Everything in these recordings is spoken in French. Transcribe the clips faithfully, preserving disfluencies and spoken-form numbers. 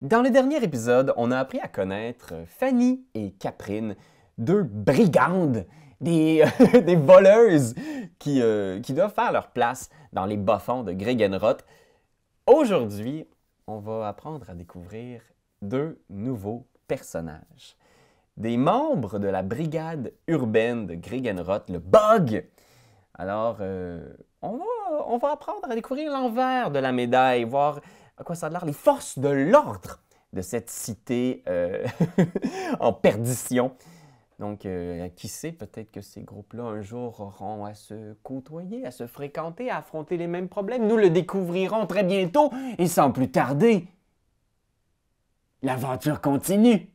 Dans le dernier épisode, on a appris à connaître Fanny et Caprine, deux brigandes, des, des voleuses qui, euh, qui doivent faire leur place dans les bas-fonds de Gregenroth. Aujourd'hui, on va apprendre à découvrir deux nouveaux personnages. Des membres de la brigade urbaine de Gregenroth, le Bug. Alors, euh, on, va, on va apprendre à découvrir l'envers de la médaille, voir à quoi ça a l'air, les forces de l'ordre de cette cité euh, en perdition. Donc, euh, qui sait, peut-être que ces groupes-là, un jour, auront à se côtoyer, à se fréquenter, à affronter les mêmes problèmes. Nous le découvrirons très bientôt, et sans plus tarder, l'aventure continue.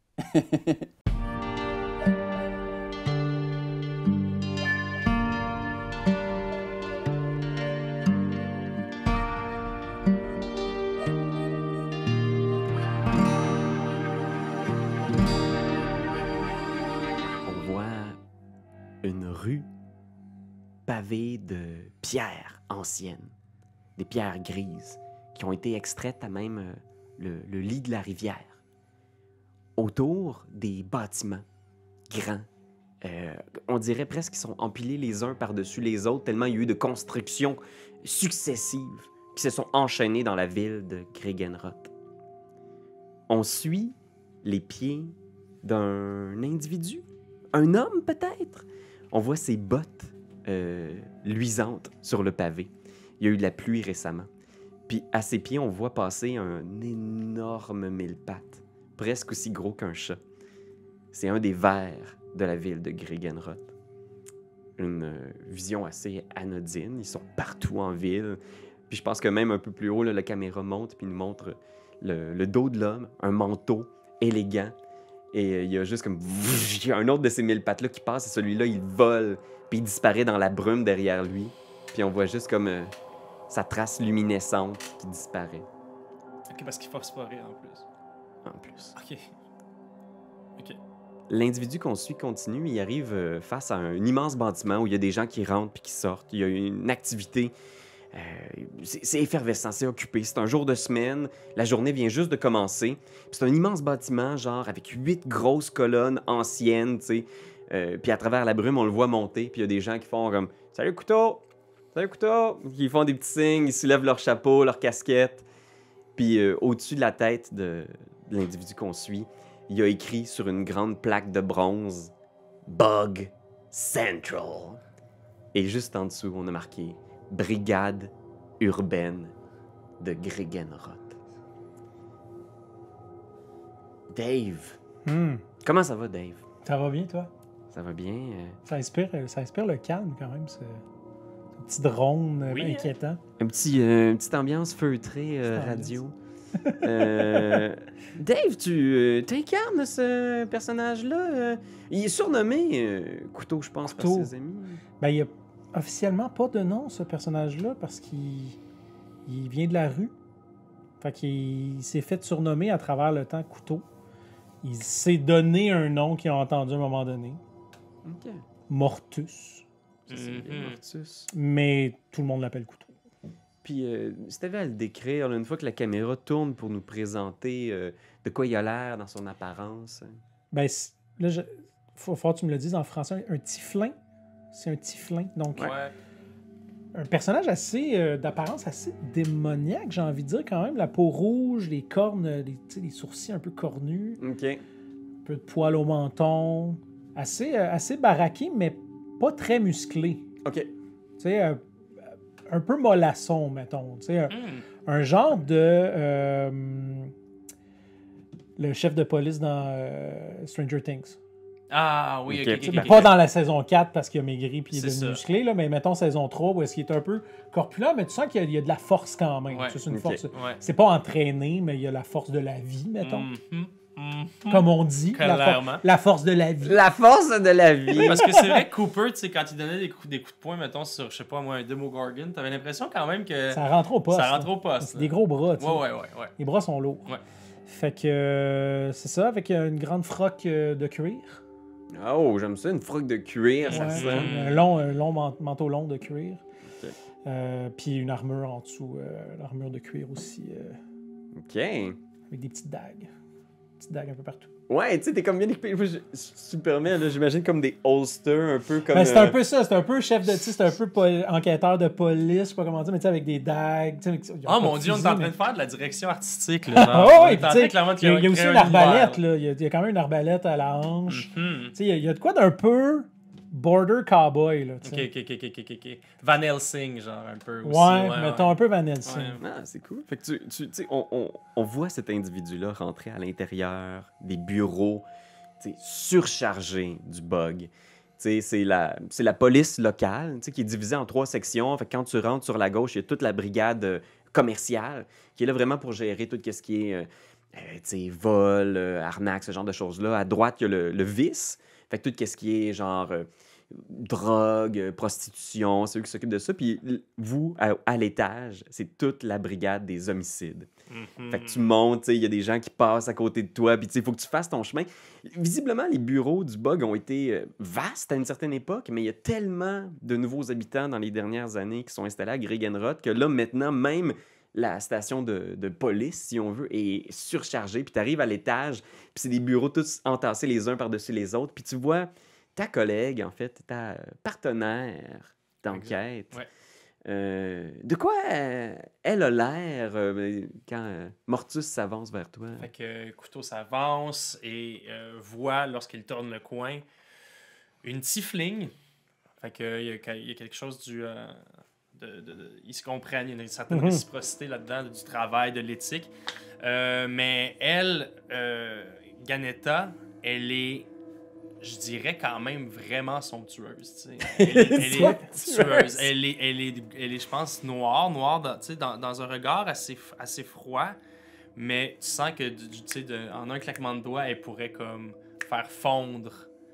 Une rue pavée de pierres anciennes, des pierres grises qui ont été extraites à même euh, le, le lit de la rivière. Autour, des bâtiments grands. Euh, on dirait presque qu'ils sont empilés les uns par-dessus les autres, tellement il y a eu de constructions successives qui se sont enchaînées dans la ville de Gregenroth. On suit les pieds d'un individu, un homme peut-être. On voit ses bottes euh, luisantes sur le pavé. Il y a eu de la pluie récemment. Puis à ses pieds, on voit passer un énorme mille-pattes, presque aussi gros qu'un chat. C'est un des vers de la ville de Gregenroth. Une euh, vision assez anodine. Ils sont partout en ville. Puis je pense que même un peu plus haut, là, la caméra monte puis nous montre le, le dos de l'homme, un manteau élégant. Et euh, il y a juste comme... Il y a un autre de ces mille pattes-là qui passe, et celui-là, il vole, puis il disparaît dans la brume derrière lui. Puis on voit juste comme euh, sa trace luminescente qui disparaît. OK, parce qu'il phosphorait en plus. En plus. OK. OK. L'individu qu'on suit continue, il arrive euh, face à un immense bâtiment où il y a des gens qui rentrent puis qui sortent. Il y a une activité... Euh, c'est effervescent, c'est occupé. C'est un jour de semaine, la journée vient juste de commencer. C'est un immense bâtiment, genre avec huit grosses colonnes anciennes, tu sais. Euh, puis à travers la brume, on le voit monter, puis il y a des gens qui font comme « Salut, couteau! Salut, couteau! » Ils font des petits signes, ils soulèvent leur chapeau, leur casquette. Puis euh, au-dessus de la tête de, de l'individu qu'on suit, il y a écrit sur une grande plaque de bronze « Bug Central ». Et juste en dessous, on a marqué Brigade urbaine de Gregenroth. Dave. Hmm. Comment ça va, Dave? Ça va bien, toi? Ça va bien? Euh... Ça inspire, ça inspire le calme, quand même, ce, ce petit drone oui, euh, inquiétant. Un petit, euh, une petite ambiance feutrée euh, radio. euh... Dave, tu euh, t'incarnes ce personnage-là. Euh... Il est surnommé euh, Couteau, je pense, Couteau. par ses amis. Ben, il y a officiellement pas de nom, ce personnage-là, parce qu'il il vient de la rue. Fait qu'il s'est fait surnommer à travers le temps Couteau. Il s'est donné un nom qu'il a entendu à un moment donné. OK. Mortus. Ça, c'est bien, Mhm. Mortus. Mais tout le monde l'appelle Couteau. Puis, euh, si tu avais à le décrire, là, une fois que la caméra tourne pour nous présenter euh, de quoi il a l'air dans son apparence. Ben, c'est- là, il faut, faut que tu me le dises en français. Un tiflin. C'est un tiflin. Donc, Ouais. un personnage assez euh, d'apparence assez démoniaque, j'ai envie de dire quand même. La peau rouge, les cornes, les, tu sais, les sourcils un peu cornus, OK. un peu de poils au menton. Assez, euh, assez baraqué, mais pas très musclé. OK. Tu sais, euh, un peu mollasson, mettons. Tu sais, un, Hmm. un genre de... euh, le chef de police dans euh, Stranger Things. Ah oui, OK, Ok. OK, Tu sais, OK, ben, OK. pas dans la saison quatre parce qu'il a maigri puis il est C'est devenu ça. musclé, là, mais mettons saison trois où est-ce qu'il est un peu corpulent, mais tu sens qu'il y a, il y a de la force quand même. Ouais. Tu sais, c'est une Ok. force. Ouais. C'est pas entraîné, mais il y a la force de la vie, mettons. Mhm. Mhm. Comme on dit. La, for- Clairement. la force de la vie. La force de la vie. Parce que c'est vrai que Cooper, tu sais, quand il donnait des coups, des coups de poing, mettons, sur, je sais pas moi, un Demogorgon, t'avais l'impression quand même que Ça rentre au poste. ça rentre là. au poste. C'est là. des gros bras, tu sais. Ouais, ouais, ouais, ouais. Les bras sont lourds. Ouais. Fait que euh, c'est ça, avec une grande froc euh, de cuir. Oh, j'aime ça, une froque de cuir, ça Ouais, ressemble. un long, un long man- manteau long de cuir. Ok. Euh, puis une armure en dessous, euh, l'armure de cuir aussi. euh. OK. avec des petites dagues. Petites dagues un peu partout. Ouais, tu sais, t'es comme bien équipé. Moi, je- Si tu me permets, là, j'imagine comme des holsters, un peu comme... Ben, c'est un euh, peu ça, c'est un peu chef de... Tu sais, c'est un peu pol- enquêteur de police, je sais pas comment dire, mais tu sais, avec des dagues. tu sais, avec- ils ont Oh pas mon de dieu, on est fusil, en train mais- de faire de la direction artistique. Là, Ah genre. ouais, On est puis en tu train sais, clairement de il y a, il y a aussi créer une un univers, arbalète, là. là. Il y, a, il y a quand même une arbalète à la hanche. Mhm. Tu sais, il y a- il y, a de quoi d'un peu border cowboy, là, tu Ok, sais. ok, ok, ok, ok, ok. Van Helsing, genre, un peu aussi. Ouais, ouais, mettons ouais. un peu Van Helsing. Ouais. Ah, c'est cool. Fait que tu, tu, tu sais, on, on, on voit cet individu-là rentrer à l'intérieur des bureaux, tu sais, surchargés du bug. Tu sais, c'est la, c'est la police locale, tu sais, qui est divisée en trois sections. Fait que quand tu rentres sur la gauche, il y a toute la brigade euh, commerciale qui est là vraiment pour gérer tout ce qui est, euh, euh, tu sais, vol, euh, arnaque, ce genre de choses-là. À droite, il y a le, le vice. Fait que tout ce qui est genre euh, drogue, euh, prostitution, c'est eux qui s'occupent de ça. Puis l- vous, à, à l'étage, c'est toute la brigade des homicides. Mhm. Fait que tu montes, tu sais, il y a des gens qui passent à côté de toi, puis tu sais, il faut que tu fasses ton chemin. Visiblement, les bureaux du bug ont été euh, vastes à une certaine époque, mais il y a tellement de nouveaux habitants dans les dernières années qui sont installés à Gregenroth que là, maintenant, même la station de, de police, si on veut, est surchargée. Puis tu arrives à l'étage, puis c'est des bureaux tous entassés les uns par-dessus les autres. Puis tu vois ta collègue, en fait, ta partenaire d'enquête. Ouais. Euh, de quoi euh, elle a l'air euh, quand euh, Mortus s'avance vers toi? Fait que euh, Couteau s'avance et euh, voit, lorsqu'il tourne le coin, une tiefling. Fait que euh, il y, a- il y a quelque chose du... euh, de, de- de- ils se comprennent, il y a une certaine Mhm. réciprocité là-dedans, du travail, de l'éthique. Euh, mais elle, euh, Ganetta, elle est, je dirais, quand même vraiment somptueuse. tu sais. Elle, est- elle est Somptueuse. tueuse. Elle est, elle est, elle est, je pense, noire, noire dans, tu sais, dans, dans un regard assez, assez froid. Mais tu sens que, du- du- tu sais, de- en un claquement de doigts, elle pourrait comme faire fondre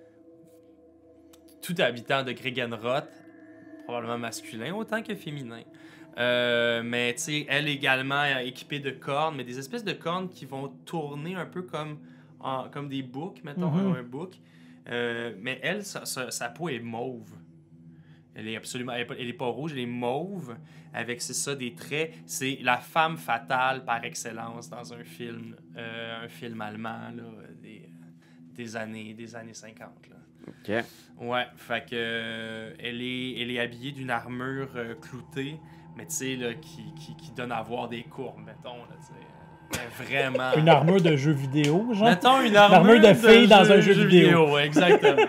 tout habitant de Gregenroth, probablement masculin autant que féminin. Euh, mais tu sais, elle également est équipée de cornes, mais des espèces de cornes qui vont tourner un peu comme, en- comme des boucs, mettons, Mhm. un bouc. Euh, mais elle, sa, sa- sa peau est mauve. Elle est absolument, elle est pas, elle est pas rouge, elle est mauve, avec, c'est ça, des traits. C'est la femme fatale par excellence dans un film, euh, un film allemand, là, des, des années, des années cinquante, là. OK. Ouais, fait que euh, elle est, elle est habillée d'une armure euh, cloutée, mais tu sais, là, qui, qui, qui donne à voir des courbes, mettons, là, tu sais. Mais vraiment. Une armure de jeu vidéo, genre. Mettons une armure, armure de fille dans un jeu vidéo. ouais, exactement.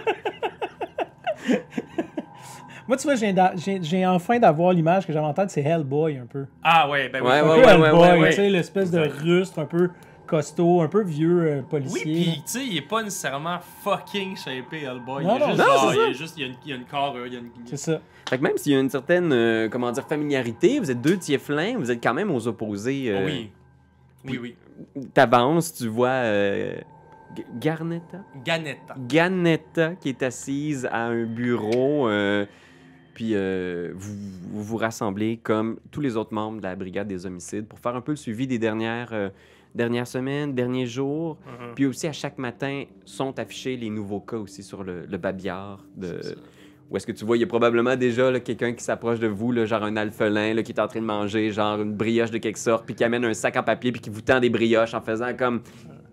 Moi, tu vois, j'ai d'a- j'ai j'ai enfin d'avoir l'image que j'avais en tête, c'est Hellboy un peu. Ah ouais, ben oui. Ouais, Un ouais, peu ouais, Hellboy, ouais, ouais. tu sais, l'espèce de Exact. rustre un peu costaud, un peu vieux euh, Oui, policier. pis tu sais, il est pas nécessairement fucking shapé, Hellboy. Non, il est non, juste non, genre, c'est il ça. est juste, il y a une, il y a une carrure, il y a une... C'est ça. Fait que même s'il y a une certaine, euh, comment dire, familiarité, vous êtes deux tieflins, vous êtes quand même aux opposés. euh, Oui. Oui, oui. T'avances, tu vois euh, G- Garnetta? Ganetta. Ganetta qui est assise à un bureau. euh, puis euh, vous, vous vous rassemblez comme tous les autres membres de la brigade des homicides pour faire un peu le suivi des dernières, euh, dernières semaines, derniers jours. Mhm. Puis aussi, à chaque matin, sont affichés les nouveaux cas aussi sur le, le babillard. De... C'est ça. Où est-ce que tu vois, il y a probablement déjà là, quelqu'un qui s'approche de vous, là, genre un alphelin là, qui est en train de manger genre une brioche de quelque sorte, puis qui amène un sac en papier, puis qui vous tend des brioches en faisant comme...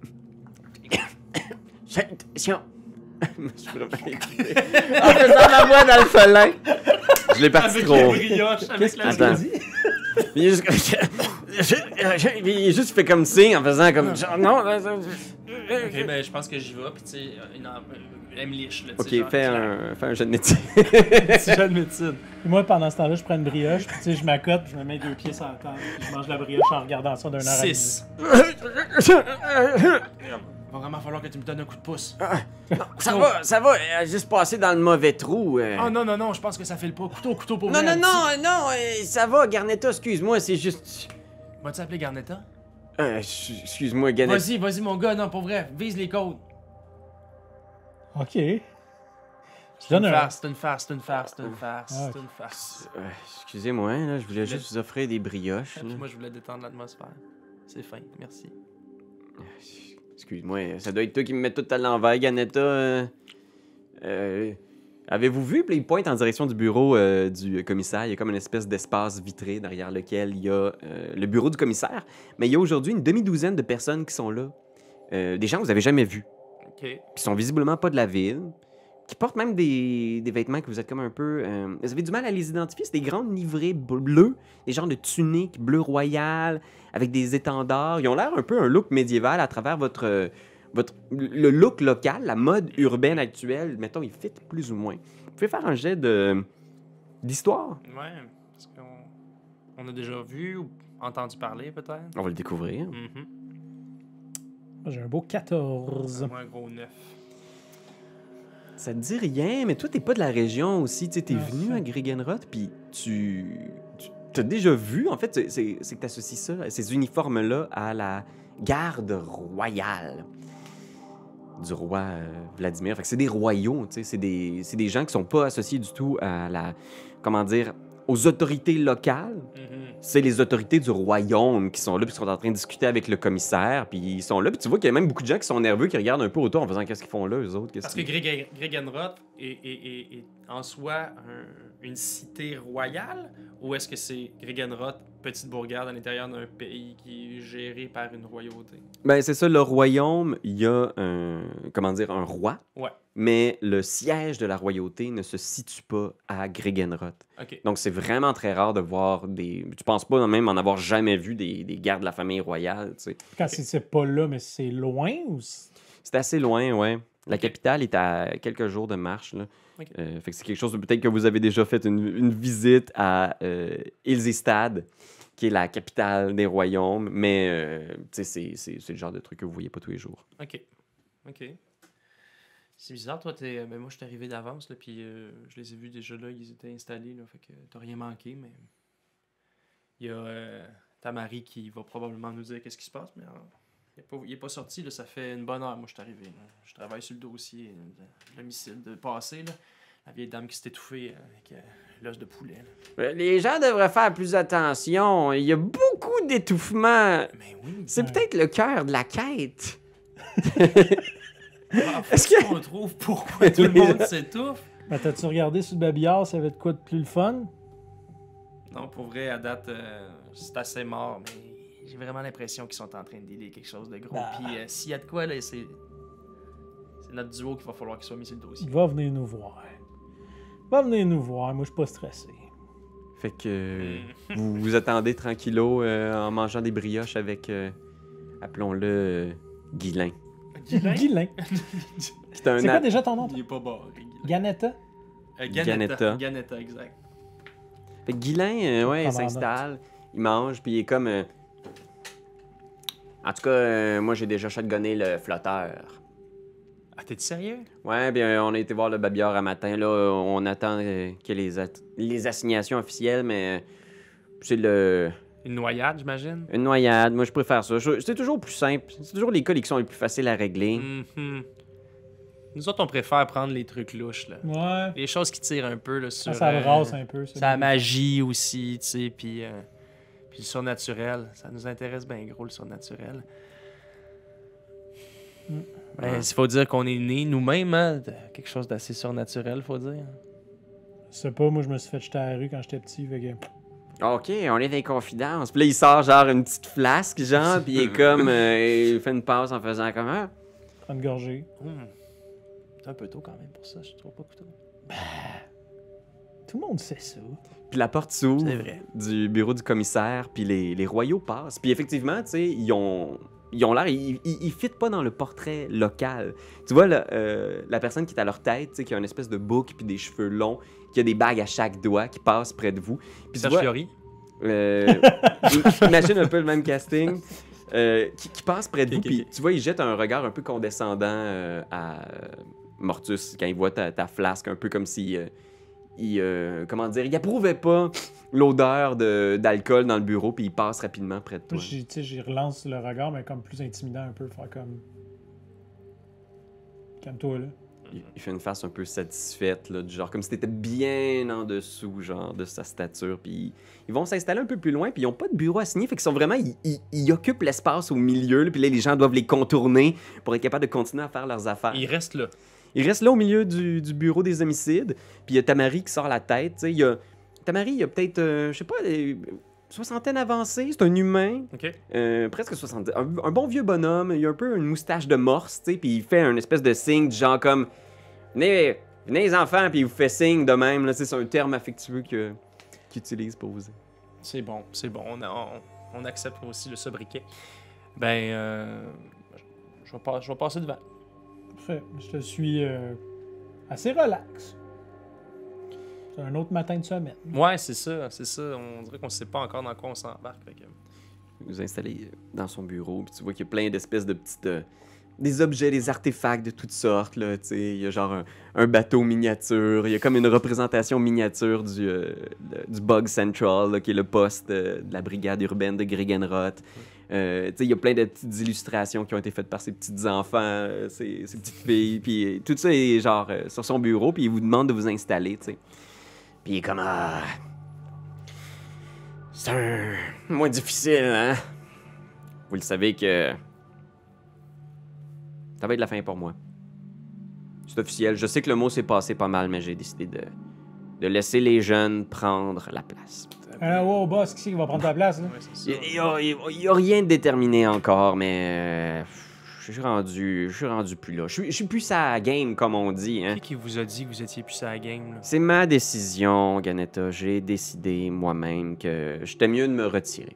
Attention! Je suis vraiment écouté. En faisant ma voix d'alphelin. Je l'ai parti Avec trop. les brioches, avec Qu'est-ce la... qu'il a Attends. dit? Puis il est juste, puis il est juste fait comme signe en faisant comme genre, non. Ok, ben je pense que j'y vais, pis tu sais, une am- elle me liche, là, tu Ok, sais, genre, fais clair. un, fais un jeu de métier. Petit jeu de médecine. Puis moi, pendant ce temps-là, je prends une brioche, puis tu sais, je m'accote, puis je me mets deux pieds sur la table, puis je mange la brioche en regardant ça d'un heure à six. Va vraiment falloir que tu me donnes un coup de pouce. Ça va, ça va, elle a juste passé dans le mauvais trou. euh. Oh non, non, non, je pense que ça fait le pas. Couteau, couteau pour Non, vrai, non, non, non, euh, ça va, Garnetta, excuse-moi, c'est juste. Vas-tu appeler Garnetta? Euh, ch- excuse-moi, Garnetta. Vas-y, vas-y, mon gars, non, pour vrai, vise les côtes. Ok. Je C'est une donne un... farce, c'est une farce, c'est une farce, c'est une farce, Ah, c'est une farce. Euh, excusez-moi, là, je voulais juste vous offrir des brioches. Et puis là. moi, je voulais détendre l'atmosphère. C'est fin, merci. Excuse-moi, ça doit être toi qui me mets tout à l'envers, Ganetta. Euh, euh, Avez-vous vu? Puis il pointe en direction du bureau euh, du commissaire. Il y a comme une espèce d'espace vitré derrière lequel il y a euh, le bureau du commissaire. Mais il y a aujourd'hui une demi-douzaine de personnes qui sont là. Euh, des gens que vous avez jamais vus. OK. Qui sont visiblement pas de la ville. Qui portent même des, des vêtements que vous êtes comme un peu... Euh, vous avez du mal à les identifier. C'est des grandes livrées bleues. Des genres de tuniques bleu royal avec des étendards. Ils ont l'air un peu un look médiéval à travers votre... Euh, Votre, le look local, la mode urbaine actuelle, mettons, il fit plus ou moins. Vous pouvez faire un jet de d'histoire. Ouais, parce qu'on on a déjà vu ou entendu parler, peut-être. On va le découvrir. Mhm. Moi, j'ai un beau quatorze. Moi, un gros neuf. Ça te dit rien, mais toi, t'es pas de la région aussi. Tu sais, t'es Ah, venu ça. à Gregenroth, puis tu... tu t'as déjà vu, en fait, c'est- c'est c'est que t'associes ça, ces uniformes-là, à la garde royale du roi euh, Vladimir. Fait que c'est des royaux, tu sais, c'est des, c'est des gens qui sont pas associés du tout à la... Comment dire? Aux autorités locales. Mhm. C'est les autorités du royaume qui sont là, puis qui sont en train de discuter avec le commissaire, puis ils sont là, puis tu vois qu'il y a même beaucoup de gens qui sont nerveux, qui regardent un peu autour en faisant qu'est-ce qu'ils font là, eux autres. Qu'est-ce Parce que qu'ils... Greg- Gregenroth est, est- est- est en soi un- une cité royale, ou est-ce que c'est Gregenroth, petite bourgade à l'intérieur d'un pays qui est géré par une royauté? Ben c'est ça, le royaume, il y a un, comment dire, un roi, Ouais. mais le siège de la royauté ne se situe pas à Gregenroth. OK. Donc c'est vraiment très rare de voir des... Tu penses pas même en avoir jamais vu des, des gardes de la famille royale, tu sais. Quand c'est- c'est pas là, mais c'est loin ou c'est- C'est assez loin, ouais. La Ok. capitale est à quelques jours de marche, là. Ok. Euh, fait que c'est quelque chose, peut-être que vous avez déjà fait une, une visite à euh, Ilzestad, qui est la capitale des royaumes, mais euh, tu sais, c'est, c'est, c'est le genre de truc que vous voyez pas tous les jours. OK. OK. C'est bizarre, toi, t'es... Ben, moi, je suis arrivé d'avance, là, puis euh, je les ai vus déjà là, ils étaient installés, là, fait que t'as rien manqué, mais... Il y a euh, ta Marie qui va probablement nous dire qu'est-ce qui se passe, mais euh, il, est pas, il est pas sorti, là, ça fait une bonne heure, moi, je suis arrivé. Là. Je travaille sur le dossier euh, de l'homicide de passé, là. La vieille dame qui s'est étouffée euh, avec euh, l'os de poulet, là. Euh, Les gens devraient faire plus attention. Il y a beaucoup d'étouffements. Mais oui! C'est Ouais. peut-être le cœur de la quête. Ah, faut Est-ce que- qu'on trouve pourquoi tout le monde s'étouffe? Ben, t'as-tu regardé sur le babillard, ça avait de quoi de plus le fun? Non, pour vrai, à date, euh, c'est assez mort, mais j'ai vraiment l'impression qu'ils sont en train de dealer quelque chose de gros. Bah. Puis euh, s'il y a de quoi, là, c'est... c'est notre duo qu'il va falloir qu'il soit mis sur le dossier. Il va venir nous voir. Va venir nous voir, moi je suis pas stressé. Fait que Mm. vous vous attendez tranquillo euh, en mangeant des brioches avec, euh, appelons-le, euh, Guilain. Guylain? Guilain. C'est un C'est quoi a- déjà ton nom? Il est pas barré, Guylain. Ganetta? Euh, Ganetta. Ganetta. Ganetta, exact. Fait que Guilain, euh, ouais, il Prendre en s'installe, il mange, puis il est comme... euh, En tout cas, euh, moi, j'ai déjà shotgunné le flotteur. Ah, t'es sérieux? Ouais, bien, on a été voir le babillard un matin, là, on attend euh, qu'il y ait les, at- les assignations officielles, mais euh, c'est le... Une noyade, j'imagine? Une noyade, moi, je préfère ça. Je- C'est toujours plus simple, c'est toujours les cas qui sont les plus faciles à régler. Mhm. Nous autres, on préfère prendre les trucs louches, là. Ouais. Les choses qui tirent un peu, là, sur... Ça, ça euh, brasse un peu. C'est la magie aussi, tu sais, puis... euh, puis le surnaturel. Ça nous intéresse bien gros, le surnaturel. Mm. Ben, Ouais. il faut dire qu'on est né nous-mêmes, hein, de quelque chose d'assez surnaturel, faut dire. Je sais pas, moi je me suis fait jeter à la rue quand j'étais petit. Fait que... OK, on est dans les confidences. Puis là, il sort genre une petite flasque, genre, puis il est comme... euh, il fait une passe en faisant comme... Ah, Prendre une gorgée. Hmm. C'est un peu tôt quand même pour ça, je trouve pas plutôt. Tout le monde sait ça. Puis la porte s'ouvre C'est vrai. du bureau du commissaire, puis les, les royaux passent. Puis effectivement, tu sais, ils ont... Ils ont l'air, ils, ils, ils fitent pas dans le portrait local. Tu vois, là, euh, la personne qui est à leur tête, tu sais, qui a une espèce de boucle puis des cheveux longs, qui a des bagues à chaque doigt, qui passe près de vous. Puis tu Serge vois, Fiori? euh, imagine un peu le même casting, euh, qui, qui passe près de Ok, vous, ok, puis ok. tu vois, il jette un regard un peu condescendant euh, à euh, Mortus quand il voit ta, ta flasque, un peu comme si... euh, il, euh, comment dire, il approuvait pas l'odeur de- d'alcool dans le bureau, puis il passe rapidement près de toi. Moi, j'y- tu sais, j'y relance le regard, mais comme plus intimidant un peu. Faire comme. Calme-toi là. Il, il fait une face un peu satisfaite, là, du genre comme si t'étais bien en dessous, genre, de sa stature. Puis ils, ils vont s'installer un peu plus loin, puis ils ont pas de bureau à signer, fait qu'ils sont vraiment, ils, ils- ils occupent l'espace au milieu, là, puis là, les gens doivent les contourner pour être capables de continuer à faire leurs affaires. Il reste là. Il reste là au milieu du, du bureau des homicides. Puis il y a Tamari qui sort la tête. Tu sais, il y a... Tamari, il y a peut-être, euh, je sais pas, les... soixantaine avancée. C'est un humain. OK. Euh, presque soixante. Un, un bon vieux bonhomme. Il a un peu une moustache de morse. Tu sais, puis il fait un espèce de signe du genre comme... Venez, venez les enfants, puis il vous fait signe de même. Là, c'est un terme affectueux que, qu'il utilise pour vous. C'est bon, c'est bon. On, a- on, on accepte aussi le sobriquet. Ben, euh, je, vais pas, je vais passer devant. Parfait. Je te suis euh, assez relax. C'est un autre matin de semaine. Ouais, c'est ça, c'est ça. On dirait qu'on sait pas encore dans quoi on s'embarque. fait que- Vous vous installez dans son bureau, puis tu vois qu'il y a plein d'espèces de petites... euh, des objets, des artefacts de toutes sortes, là, tu sais. Il y a genre un, un bateau miniature, il y a comme une représentation miniature du, euh, le- du Bug Central, là, qui est le poste euh, de la brigade urbaine de Gregenroth. Euh, tu sais, il y a plein de petites illustrations qui ont été faites par ces petits enfants, euh, ces, ces petites filles, puis euh, tout ça est genre euh, sur son bureau, puis il vous demande de vous installer, tu sais. Puis il est comme... Ah, c'est un... moins difficile, hein? Vous le savez que... Ça va être la fin pour moi. C'est officiel. Je sais que le mot s'est passé pas mal, mais j'ai décidé de, de laisser les jeunes prendre la place. Alors, wow, boss, qui c'est qui va prendre ta place? Là? Ouais, c'est Il ça. n'y a, y a rien de déterminé encore, mais... euh, je suis rendu... Je suis rendu plus là. Je suis- je suis plus à game, comme on dit, hein. Qui qui vous a dit que vous étiez plus à la game? Là? C'est ma décision, Ganetta. J'ai décidé moi-même que j'étais mieux de me retirer.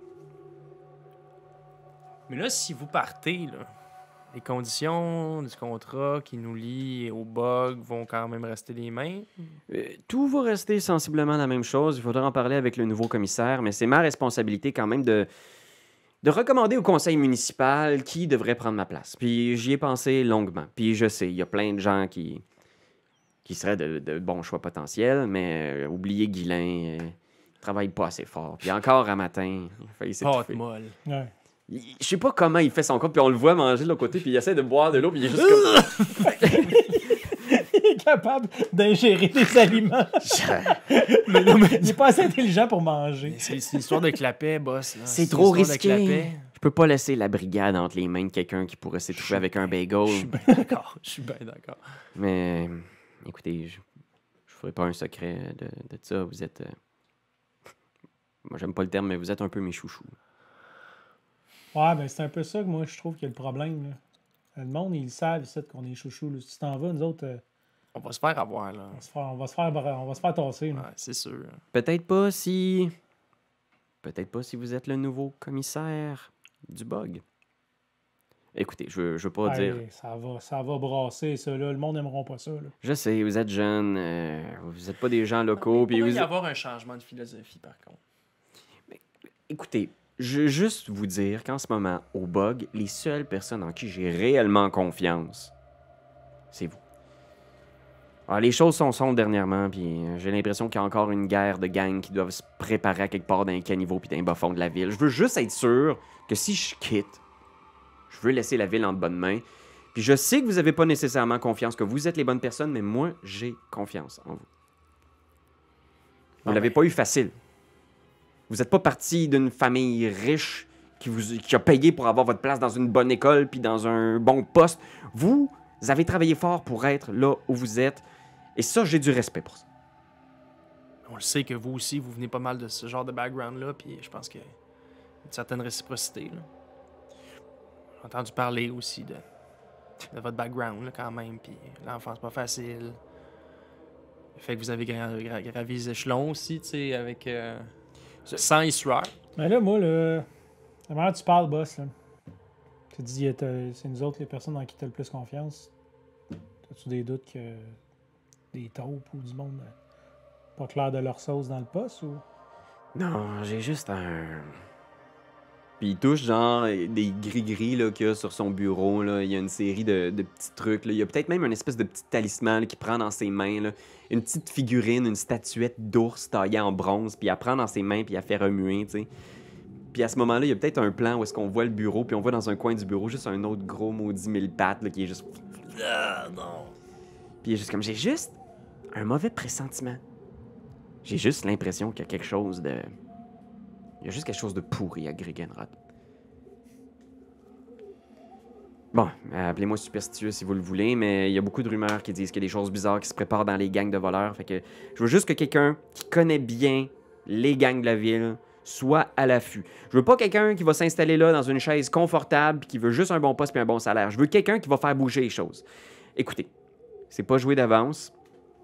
Mais là, si vous partez, là, les conditions du contrat qui nous lie au bug vont quand même rester les mêmes. Euh, Tout va rester sensiblement la même chose. Il faudra en parler avec le nouveau commissaire, mais c'est ma responsabilité quand même de, de recommander au conseil municipal qui devrait prendre ma place. Puis j'y ai pensé longuement. Puis je sais, il y a plein de gens qui, qui seraient de, de bons choix potentiels, mais euh, oubliez Guilain, euh, il travaille pas assez fort. Puis encore un matin, il a failli Pâte s'étouffer. molle. Ouais. Il- Je sais pas comment il fait son compte, puis on le voit manger de l'autre côté, puis il essaie de boire de l'eau, puis il est juste comme... Il est capable d'ingérer des aliments. Mais non, mais... Il est pas assez intelligent pour manger. C'est c'est l'histoire de Clapet, boss. là. C'est trop l'histoire de risqué. Clapet. Je peux pas laisser la brigade entre les mains de quelqu'un qui pourrait s'étouffer avec un bagel. Je suis bien d'accord. Je suis bien d'accord. Mais écoutez, je je ferai pas un secret de, de ça. Vous êtes... euh, Moi, j'aime pas le terme, mais vous êtes un peu mes chouchous. Ouais, ben c'est un peu ça que moi je trouve qu'il y a le problème. Là. Le monde, ils le savent ici qu'on est chouchous. Là. Si tu t'en vas, nous autres, euh, On va se faire avoir, là. on, va se faire, on, va se faire, on va se faire tasser. Ouais, Là. c'est sûr. Peut-être pas si... Peut-être pas si vous êtes le nouveau commissaire du bug. Écoutez, je veux, je veux pas Ouais, dire... ça, va, ça va brasser, ça. Là. Le monde n'aimeront pas ça. Là. Je sais, vous êtes jeune, euh, vous êtes pas des gens locaux, Il puis pourrait vous... y avoir un changement de philosophie, par contre. Écoutez, je veux juste vous dire qu'en ce moment, au bug, les seules personnes en qui j'ai réellement confiance, c'est vous. Alors, les choses sont sombres dernièrement, puis euh, j'ai l'impression qu'il y a encore une guerre de gangs qui doivent se préparer à quelque part dans un caniveau puis dans un bas-fond de la ville. Je veux juste être sûr que si je quitte, je veux laisser la ville en de bonnes mains. Puis je sais que vous n'avez pas nécessairement confiance, que vous êtes les bonnes personnes, mais moi, j'ai confiance en vous. Vous Ah l'avez ben. pas eu facile. Vous n'êtes pas parti d'une famille riche qui, vous, qui a payé pour avoir votre place dans une bonne école puis dans un bon poste. Vous, vous avez travaillé fort pour être là où vous êtes. Et ça, j'ai du respect pour ça. On le sait que vous aussi, vous venez pas mal de ce genre de background-là, puis je pense qu'il y a une certaine réciprocité, là. J'ai entendu parler aussi de, de votre background, là, quand même, puis l'enfance pas facile. Le fait que vous avez gra- gra- gravi les échelons aussi, tu sais, avec... Euh, sans histoire. Mais là, moi, là, la manière dont tu parles, boss, là, tu dis euh, t'as- c'est nous autres les personnes en qui tu as le plus confiance. As-tu des doutes que des taupes ou du monde euh, pas clair de leur sauce dans le poste ou. Non, j'ai juste un... Puis il touche genre des gris-gris là, qu'il y a sur son bureau. Là. Il y a une série de, de petits trucs. Là. Il y a peut-être même une espèce de petit talisman là, qu'il prend dans ses mains. Là. Une petite figurine, une statuette d'ours taillée en bronze. Puis elle prend dans ses mains puis elle fait remuer, tu sais. Puis à ce moment-là, il y a peut-être un plan où est-ce qu'on voit le bureau. Puis on voit dans un coin du bureau juste un autre gros maudit mille pattes là, qui est juste... Ah, non. Puis il est juste comme... J'ai juste un mauvais pressentiment. J'ai juste l'impression qu'il y a quelque chose de... Il y a juste quelque chose de pourri à Gregenroth. Bon, appelez-moi superstitieux si vous le voulez, mais il y a beaucoup de rumeurs qui disent qu'il y a des choses bizarres qui se préparent dans les gangs de voleurs. Fait que je veux juste que quelqu'un qui connaît bien les gangs de la ville soit à l'affût. Je veux pas quelqu'un qui va s'installer là dans une chaise confortable puis qui veut juste un bon poste et un bon salaire. Je veux quelqu'un qui va faire bouger les choses. Écoutez, c'est pas joué d'avance.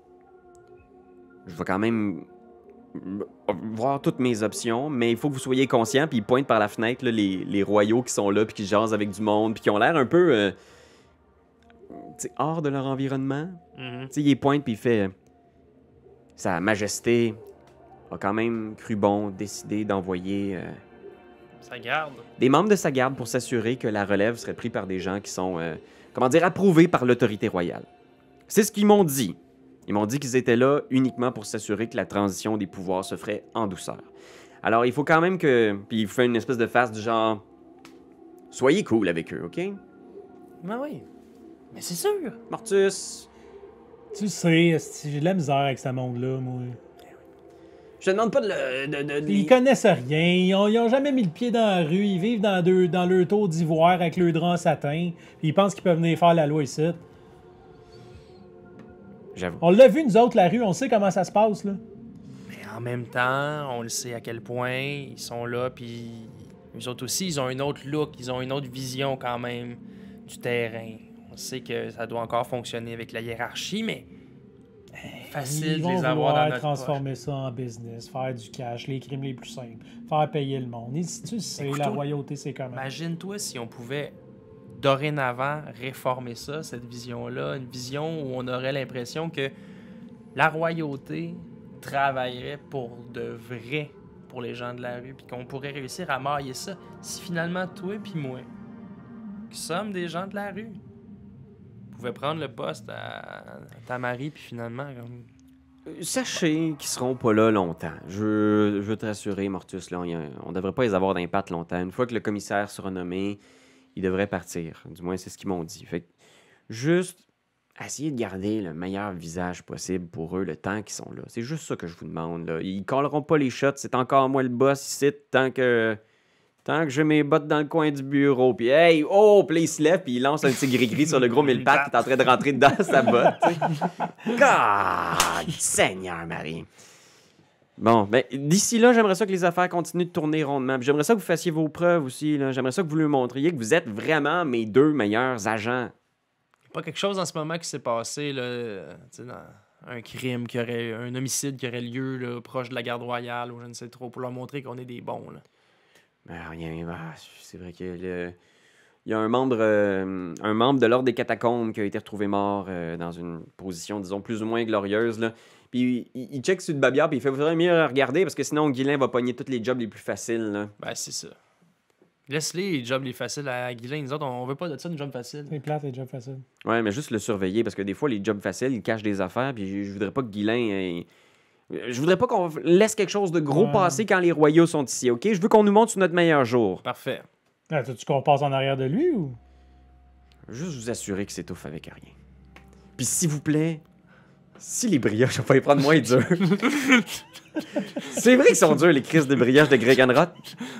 Je vais quand même voir toutes mes options, mais il faut que vous soyez conscients, puis ils pointent par la fenêtre là, les, les royaux qui sont là, puis qui jasent avec du monde, puis qui ont l'air un peu euh, hors de leur environnement. Mm-hmm. T'sais, il pointe, puis il fait euh, Sa Majesté a quand même cru bon décider d'envoyer euh, Ça garde. des membres de sa garde pour s'assurer que la relève serait prise par des gens qui sont, euh, comment dire, approuvés par l'autorité royale. C'est ce qu'ils m'ont dit. Ils m'ont dit qu'ils étaient là uniquement pour s'assurer que la transition des pouvoirs se ferait en douceur. Alors, il faut quand même que... Puis il fait une espèce de face du genre... Soyez cool avec eux, OK? Ben oui. Mais c'est sûr. Mortus, Tu sais, esti, j'ai de la misère avec ce monde-là, moi. je te demande pas de... le- de, de- de- Ils connaissent rien, ils ont, ils ont jamais mis le pied dans la rue, ils vivent dans, deux, dans leur tour d'ivoire avec le drap en satin, puis ils pensent qu'ils peuvent venir faire la loi ici. J'avoue. On l'a vu, nous autres, la rue, on sait comment ça se passe, là. Mais en même temps, on le sait à quel point ils sont là, puis eux autres aussi, ils ont un autre look, ils ont une autre vision quand même du terrain. On sait que ça doit encore fonctionner avec la hiérarchie, mais facile Ils de vont les avoir dans vouloir notre transformer ça en business, faire du cash, les crimes les plus simples, faire payer le monde. Et si tu sais, Écoute, la royauté, c'est comment. Imagine-toi si on pouvait dorénavant réformer ça, cette vision-là, une vision où on aurait l'impression que la royauté travaillerait pour de vrai pour les gens de la rue, puis qu'on pourrait réussir à mailler ça si finalement toi puis moi, qui sommes des gens de la rue, pouvaient prendre le poste à, à Tamari, puis finalement, comme... Sachez qu'ils seront pas là longtemps. Je veux, je veux te rassurer, Mortus, là, on, y a- on devrait pas les avoir d'impact longtemps. Une fois que le commissaire sera nommé, il devrait partir. Du moins, c'est ce qu'ils m'ont dit. Fait que juste essayez de garder le meilleur visage possible pour eux le temps qu'ils sont là. C'est juste ça que je vous demande. Là. Ils colleront pas les shots. C'est encore moi le boss ici tant que... Tant que j'ai mes bottes dans le coin du bureau, puis hey, oh, puis là, il se lève, puis il lance un petit gris-gris sur le gros mille pattes qui est en train de rentrer dedans sa botte, tu sais. God, Seigneur Marie. Bon, ben, d'ici là, j'aimerais ça que les affaires continuent de tourner rondement. Puis j'aimerais ça que vous fassiez vos preuves aussi, là. J'aimerais ça que vous lui montriez que vous êtes vraiment mes deux meilleurs agents. Pas quelque chose en ce moment qui s'est passé, là, euh, tu sais, dans un crime qui aurait, un homicide qui aurait lieu, là, proche de la garde royale, ou je ne sais trop, pour leur montrer qu'on est des bons, là. Ben, rien. Ah, c'est vrai que le- il y a un membre, euh, un membre de l'ordre des catacombes qui a été retrouvé mort euh, dans une position, disons, plus ou moins glorieuse. Là. Puis il, il check sur le babillard, puis il fait « Faudrait mieux regarder, parce que sinon, Guilain va pogner tous les jobs les plus faciles. » là. Ben, c'est ça. Laisse-les, les jobs les faciles à Guilain. Nous autres, on veut pas de ça, une job facile. C'est plate, c'est déjà facile. Ouais, mais juste le surveiller, parce que des fois, les jobs faciles, ils cachent des affaires, puis je, je voudrais pas que Guilain... euh, je voudrais pas qu'on laisse quelque chose de gros Ouais. passer quand les royaux sont ici, OK? Je veux qu'on nous montre sur notre meilleur jour. Parfait. Ah, tu qu'on passe en arrière de lui ou? Juste vous assurer que c'est tough avec rien. Puis s'il vous plaît, si les brioches, on va les prendre moins durs. C'est vrai qu'ils sont durs, les crises de brioches de Gregenrod.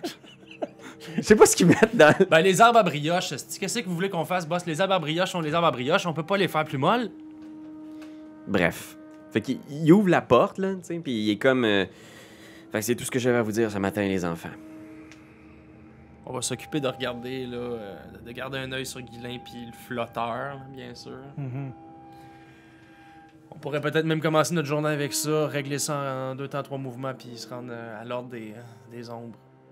Je sais pas ce qu'ils mettent dans... Ben, les arbres à brioche, c'est- qu'est-ce que vous voulez qu'on fasse, boss? Les arbres à brioche sont les arbres à brioche, on peut pas les faire plus molles? Bref. Fait qu'il il ouvre la porte, là, tu sais, puis il est comme... euh, Fait que c'est tout ce que j'avais à vous dire ce matin, les enfants. On va s'occuper de regarder, là, euh, de garder un œil sur Guilain puis le flotteur, là, bien sûr. Mhm. On pourrait peut-être même commencer notre journée avec ça, régler ça en deux temps, trois mouvements, puis se rendre euh, à l'ordre des, euh, des ombres.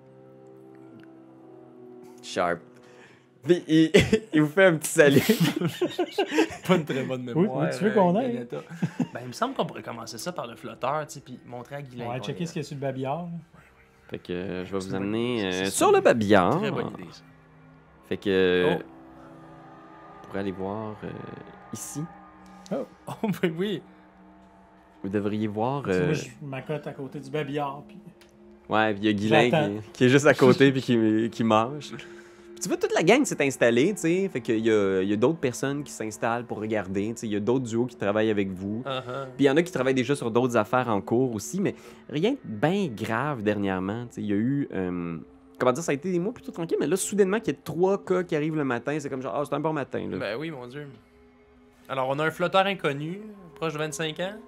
Sharp. Puis il, il vous fait un petit salut. Pas une très bonne mémoire. Oui, où tu veux qu'on aille? Ganetta. Ben, il me semble qu'on pourrait commencer ça par le flotteur, tu sais, puis montrer à Guilain. On va qu'on checker est- ce qu'il y a sur le babillard. là. Fait que euh, je vais C'est vous une bonne amener idée. euh, C'est sur une le babillard. Très bonne idée, ça. Fait que... euh, Oh. Vous pourrez aller voir euh, ici. Oh, ben oui. Vous devriez voir... Tu vois, euh, je m'accote à côté du babillard. Puis... Ouais, puis il y a Guilain J'attends. qui, qui est juste à côté puis qui, qui mange. Puis tu vois, toute la gang s'est installée, tu sais. Fait qu'il y a, il y a d'autres personnes qui s'installent pour regarder, tu sais. Il y a d'autres duos qui travaillent avec vous. Uh-huh. Puis il y en a qui travaillent déjà sur d'autres affaires en cours aussi, mais rien de bien grave dernièrement. Tu sais, il y a eu euh, comment dire, ça a été des mois plutôt tranquilles, mais là, soudainement, qu'il y ait trois cas qui arrivent le matin, c'est comme genre, ah, c'est un bon matin, là. Ben oui, mon Dieu. Alors, on a un flotteur inconnu, proche de vingt-cinq ans.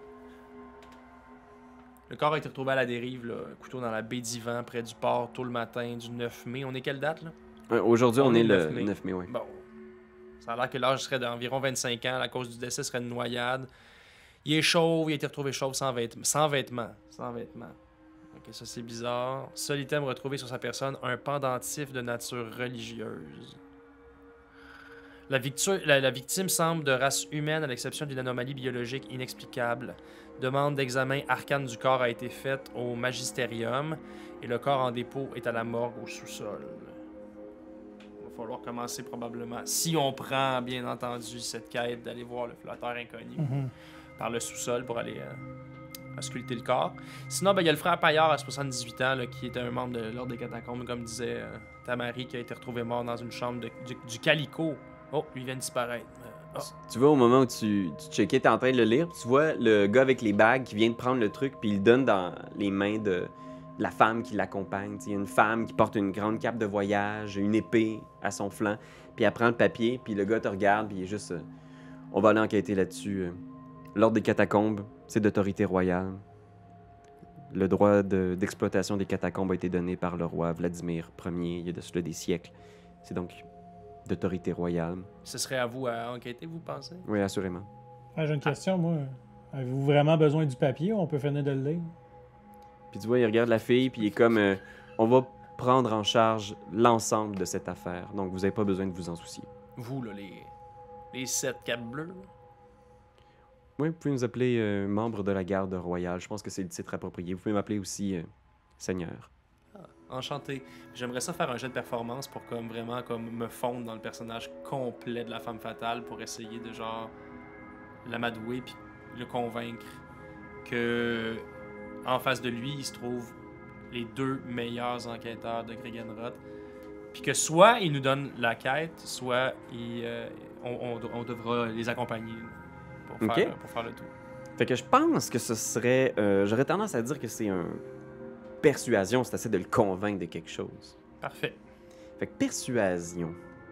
Le corps a été retrouvé à la dérive, là, couteau dans la baie d'Ivan, près du port, tôt le matin du neuf mai. On est quelle date, là? Euh, Aujourd'hui, on, On est est le neuf mai. neuf mai, oui. Bon. Ça a l'air que l'âge serait d'environ vingt-cinq ans. La cause du décès serait une noyade. Il est chauve, il a été retrouvé chauve sans, vêtements. Sans vêtements. Sans vêtements. Ok, ça c'est bizarre. Seul item retrouvé sur sa personne, un pendentif de nature religieuse. La, victu- la, la victime semble de race humaine à l'exception d'une anomalie biologique inexplicable. Demande d'examen arcane du corps a été faite au magisterium et le corps en dépôt est à la morgue au sous-sol. Il va falloir commencer probablement, si on prend bien entendu cette quête d'aller voir le flotteur inconnu Mhm. par le sous-sol pour aller euh, ausculter le corps. Sinon, ben, il y a le frère Paillard à soixante-dix-huit ans là, qui était un membre de l'ordre des catacombes, comme disait euh, Tamari, qui a été retrouvé mort dans une chambre de- du, du Calico. Oh, lui vient de disparaître. Euh, oh. Tu vois, au moment où tu, tu checkais, t'es en train de le lire, puis tu vois le gars avec les bagues qui vient de prendre le truc, puis il le donne dans les mains de la femme qui l'accompagne. Il y a une femme qui porte une grande cape de voyage, une épée à son flanc, puis elle prend le papier, puis le gars te regarde, puis il est juste... euh, on va aller enquêter là-dessus. euh. L'ordre des catacombes, c'est d'autorité royale. Le droit de- d'exploitation des catacombes a été donné par le roi Vladimir Ier il y a de cela des siècles. C'est donc d'autorité royale. Ce serait à vous à enquêter, vous pensez? Oui, assurément. Ah, j'ai une question, moi. Avez-vous vraiment besoin du papier ou on peut finir de le lire? Puis tu vois, il regarde la fille, puis il est comme... euh, on va prendre en charge l'ensemble de cette affaire. Donc, vous n'avez pas besoin de vous en soucier. Vous, là, les, les sept capes bleues. là. Oui, vous pouvez nous appeler euh, membre de la garde royale. Je pense que c'est le titre approprié. Vous pouvez m'appeler aussi euh, Seigneur. Enchanté. J'aimerais ça faire un jet de performance pour comme vraiment comme me fondre dans le personnage complet de la femme fatale pour essayer de genre l'amadouer puis le convaincre que en face de lui il se trouve les deux meilleurs enquêteurs de Gregenroth puis que soit il nous donne la quête soit il, euh, on, on- on devra les accompagner pour Ok. faire, pour faire le tour. Fait que je pense que ce serait... euh, J'aurais tendance à dire que c'est un... Persuasion, c'est assez de le convaincre de quelque chose. Parfait. Fait que persuasion.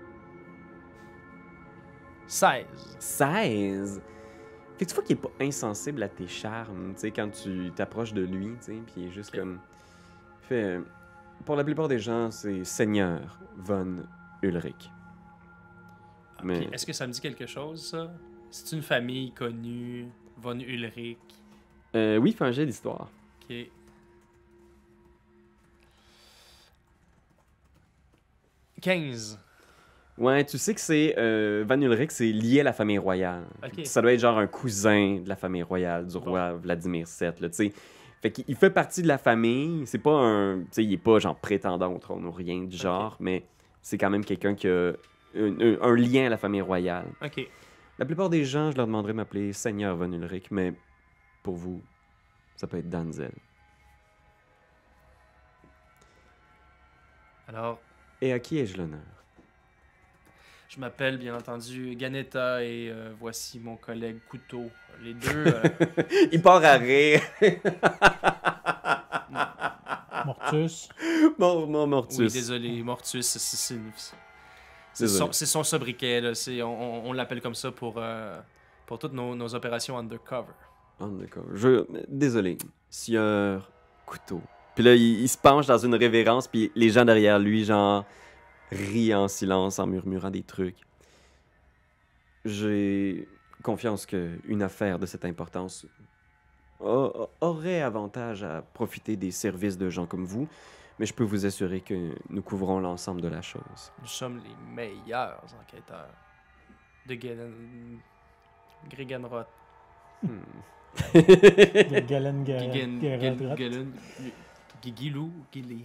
seize. seize. Fait que tu vois qu'il est pas insensible à tes charmes, tu sais, quand tu t'approches de lui, tu sais, puis il est juste Ok. comme... Fait, euh, pour la plupart des gens, c'est Seigneur von Ulrich. Ok. Mais- Est-ce que ça me dit quelque chose, ça? C'est une famille connue, von Ulrich. Euh, oui, fais un jet d'histoire. Ok. quinze. Ouais, tu sais que c'est... Euh, Van Ulrich, c'est lié à la famille royale. Ok. Ça doit être genre un cousin de la famille royale, du Bon. roi Vladimir sept, là, tu sais. Fait qu'il il fait partie de la famille. C'est pas un... Tu sais, il est pas genre prétendant au trône ou rien du Ok. genre, mais c'est quand même quelqu'un qui a un, un- un lien à la famille royale. Ok. La plupart des gens, je leur demanderais de m'appeler Seigneur Von Ulrich, mais pour vous, ça peut être Danzel. Alors, Et à qui ai-je l'honneur? je m'appelle bien entendu Ganetta et euh, voici mon collègue Couteau. Les deux. euh, Il part à rire. Mortus. Mon, mon Mortus. oui, désolé, Mortus, c'est c'est- c'est- c'est Désolé. son, c'est son sobriquet. Là. C'est- On, on- on l'appelle comme ça pour, euh, pour toutes nos, nos opérations undercover. Oh, d'accord. Je... Désolé. Sieur Couteau. Puis là, il, il se penche dans une révérence, puis les gens derrière lui, genre, rient en silence, en murmurant des trucs. J'ai confiance qu'une affaire de cette importance a- aurait avantage à profiter des services de gens comme vous, mais je peux vous assurer que nous couvrons l'ensemble de la chose. Nous sommes les meilleurs enquêteurs de Galen... Gregenroth. Hmm. De Galen Gigan- Gil- Gerardrat. Gilun- Gigilou, Gili.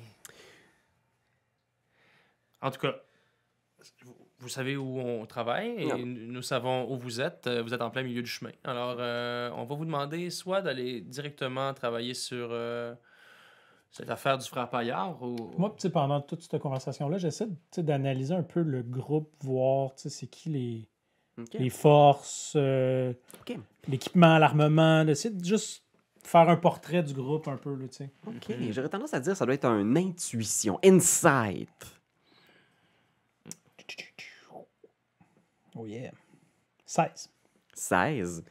En tout cas, vous, vous savez où on travaille et Non. nous nous savons où vous êtes. Euh, Vous êtes en plein milieu du chemin. Alors, euh, on va vous demander soit d'aller directement travailler sur euh, cette affaire du frère Paillard ou... Moi, tu sais, pendant toute cette conversation-là, j'essaie de, tu sais, d'analyser un peu le groupe, voir tu sais, c'est qui les, Ok. les forces, euh, Ok. l'équipement, l'armement, d'essayer de juste faire un portrait du groupe un peu, là, tu sais. OK, Mhm. j'aurais tendance à dire que ça doit être un intuition, insight. Oh yeah. seize. seize.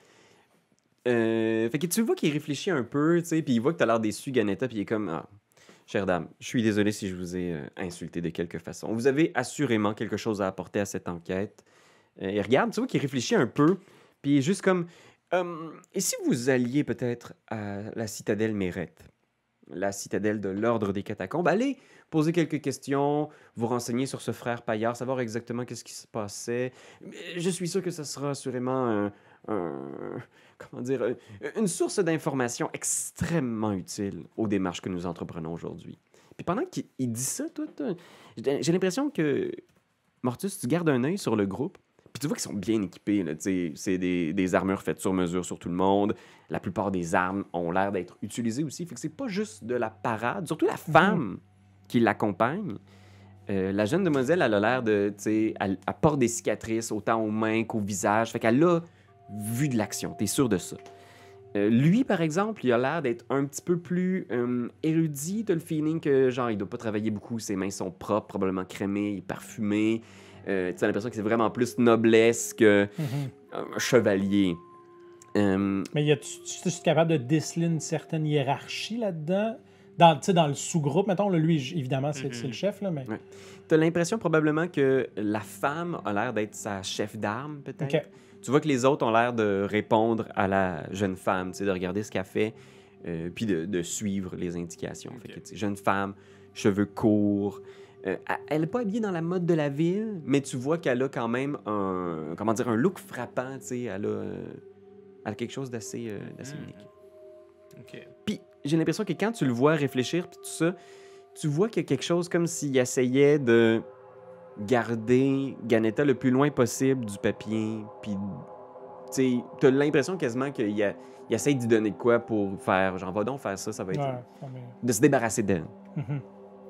Euh, fait que tu vois qu'il réfléchit un peu, tu sais, puis il voit que t'as l'air déçu, Ganetta, puis il est comme... Ah, chère dame, je suis désolé si je vous ai euh, insulté de quelque façon. Vous avez assurément quelque chose à apporter à cette enquête. Euh, il regarde, tu vois qu'il réfléchit un peu, puis il est juste comme... Euh, et si vous alliez peut-être à la citadelle Mérette, la citadelle de l'Ordre des Catacombes, allez poser quelques questions, vous renseigner sur ce frère Paillard, savoir exactement qu'est-ce qui se passait. Mais je suis sûr que ce sera assurément un... un- comment dire, un- une source d'information extrêmement utile aux démarches que nous entreprenons aujourd'hui. Puis pendant qu'il il dit ça, toi, toi, j'ai j'ai l'impression que, Mortus, tu gardes un œil sur le groupe, puis tu vois qu'ils sont bien équipés. Là, tu sais, c'est des, des armures faites sur mesure sur tout le monde. La plupart des armes ont l'air d'être utilisées aussi. Fait que c'est pas juste de la parade. Surtout la femme qui l'accompagne. Euh, la jeune demoiselle, elle a l'air de, tu sais, elle, elle porte des cicatrices autant aux mains qu'au visage. Fait qu'elle a vu de l'action. T'es sûr de ça. Euh, lui, par exemple, il a l'air d'être un petit peu plus euh, érudit. T'as le feeling que, genre, il doit pas travailler beaucoup. Ses mains sont propres, probablement crémées, il est parfumé. Euh, tu as l'impression que c'est vraiment plus noblesse qu'un Mhm. chevalier. Euh, Mais y a-tu, tu es capable de déceler une certaine hiérarchie là-dedans? Dans, tu sais, dans le sous-groupe, mettons, là, lui, j- évidemment, c'est Mhm. c'est le chef, là, mais... Ouais. T'as l'impression probablement que la femme a l'air d'être sa chef d'armes, peut-être. OK. Tu vois que les autres ont l'air de répondre à la jeune femme, tu sais, de regarder ce qu'elle fait, euh, puis de, de suivre les indications. Fait Ok. que, tu sais, jeune femme, cheveux courts. euh, elle n'est pas habillée dans la mode de la ville, mais tu vois qu'elle a quand même un, comment dire, un look frappant, tu sais. Elle a, euh, elle a quelque chose d'assez euh, d'assez Mhm. unique. OK. Puis j'ai l'impression que quand tu le vois réfléchir, puis tout ça, tu vois qu'il y a quelque chose comme s'il essayait de garder Ganetta le plus loin possible du papier. Puis, tu sais, t'as l'impression quasiment qu'il a- il essaie d'y donner de quoi pour faire, genre, va donc faire ça, ça va être... Ouais, non, mais- De se débarrasser d'elle. Mhm.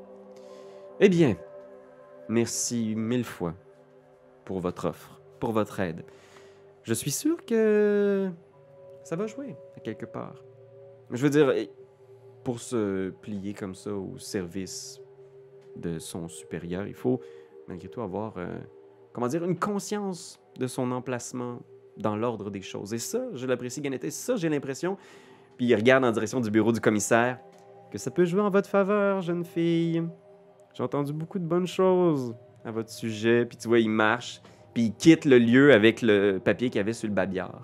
Eh bien, merci mille fois pour votre offre, pour votre aide. Je suis sûr que ça va jouer à quelque part. Je veux dire, pour se plier comme ça au service de son supérieur, il faut malgré tout avoir, euh, comment dire, une conscience de son emplacement dans l'ordre des choses. Et ça, je l'apprécie, Ganetta. Et ça, j'ai l'impression, puis il regarde en direction du bureau du commissaire, que ça peut jouer en votre faveur, jeune fille. J'ai entendu beaucoup de bonnes choses à votre sujet. Puis tu vois, il marche, puis il quitte le lieu avec le papier qu'il y avait sur le babillard.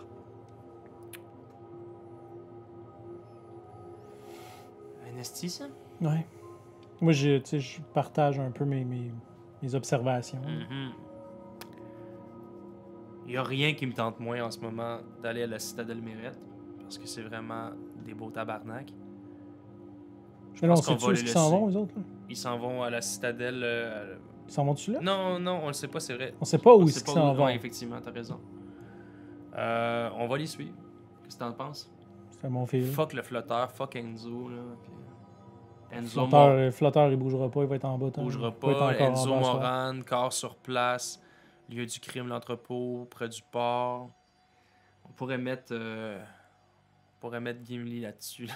Un esti, ça? Ouais. Moi, je, tu sais, je partage un peu mes, mes, mes observations. Mhm. Il n'y a rien qui me tente moins en ce moment d'aller à la citadelle Mérette, parce que c'est vraiment des beaux tabarnak. Je Mais non, pense qu'on c'est-tu va où les ils s'en laisser. vont, eux autres? Là? Ils s'en vont à la citadelle... euh, Ils s'en vont-tu là? Non, non, on le sait pas, c'est vrai. On sait pas où On ils sait pas s'en où- vont. ouais, effectivement, t'as raison. Euh, on va les suivre. Qu'est-ce que t'en penses? C'est mon fils. Fuck le flotteur, fuck Enzo, là. Puis... Enzo Flotteur, Mo- euh, flotteur, il bougera pas, il va être en bas. tant- bougera il va être pas. encore en Enzo bas, ça. Moran, corps sur place. Lieu du crime, l'entrepôt, près du port. On pourrait mettre... euh, On pourrait mettre Gimli là-dessus. là.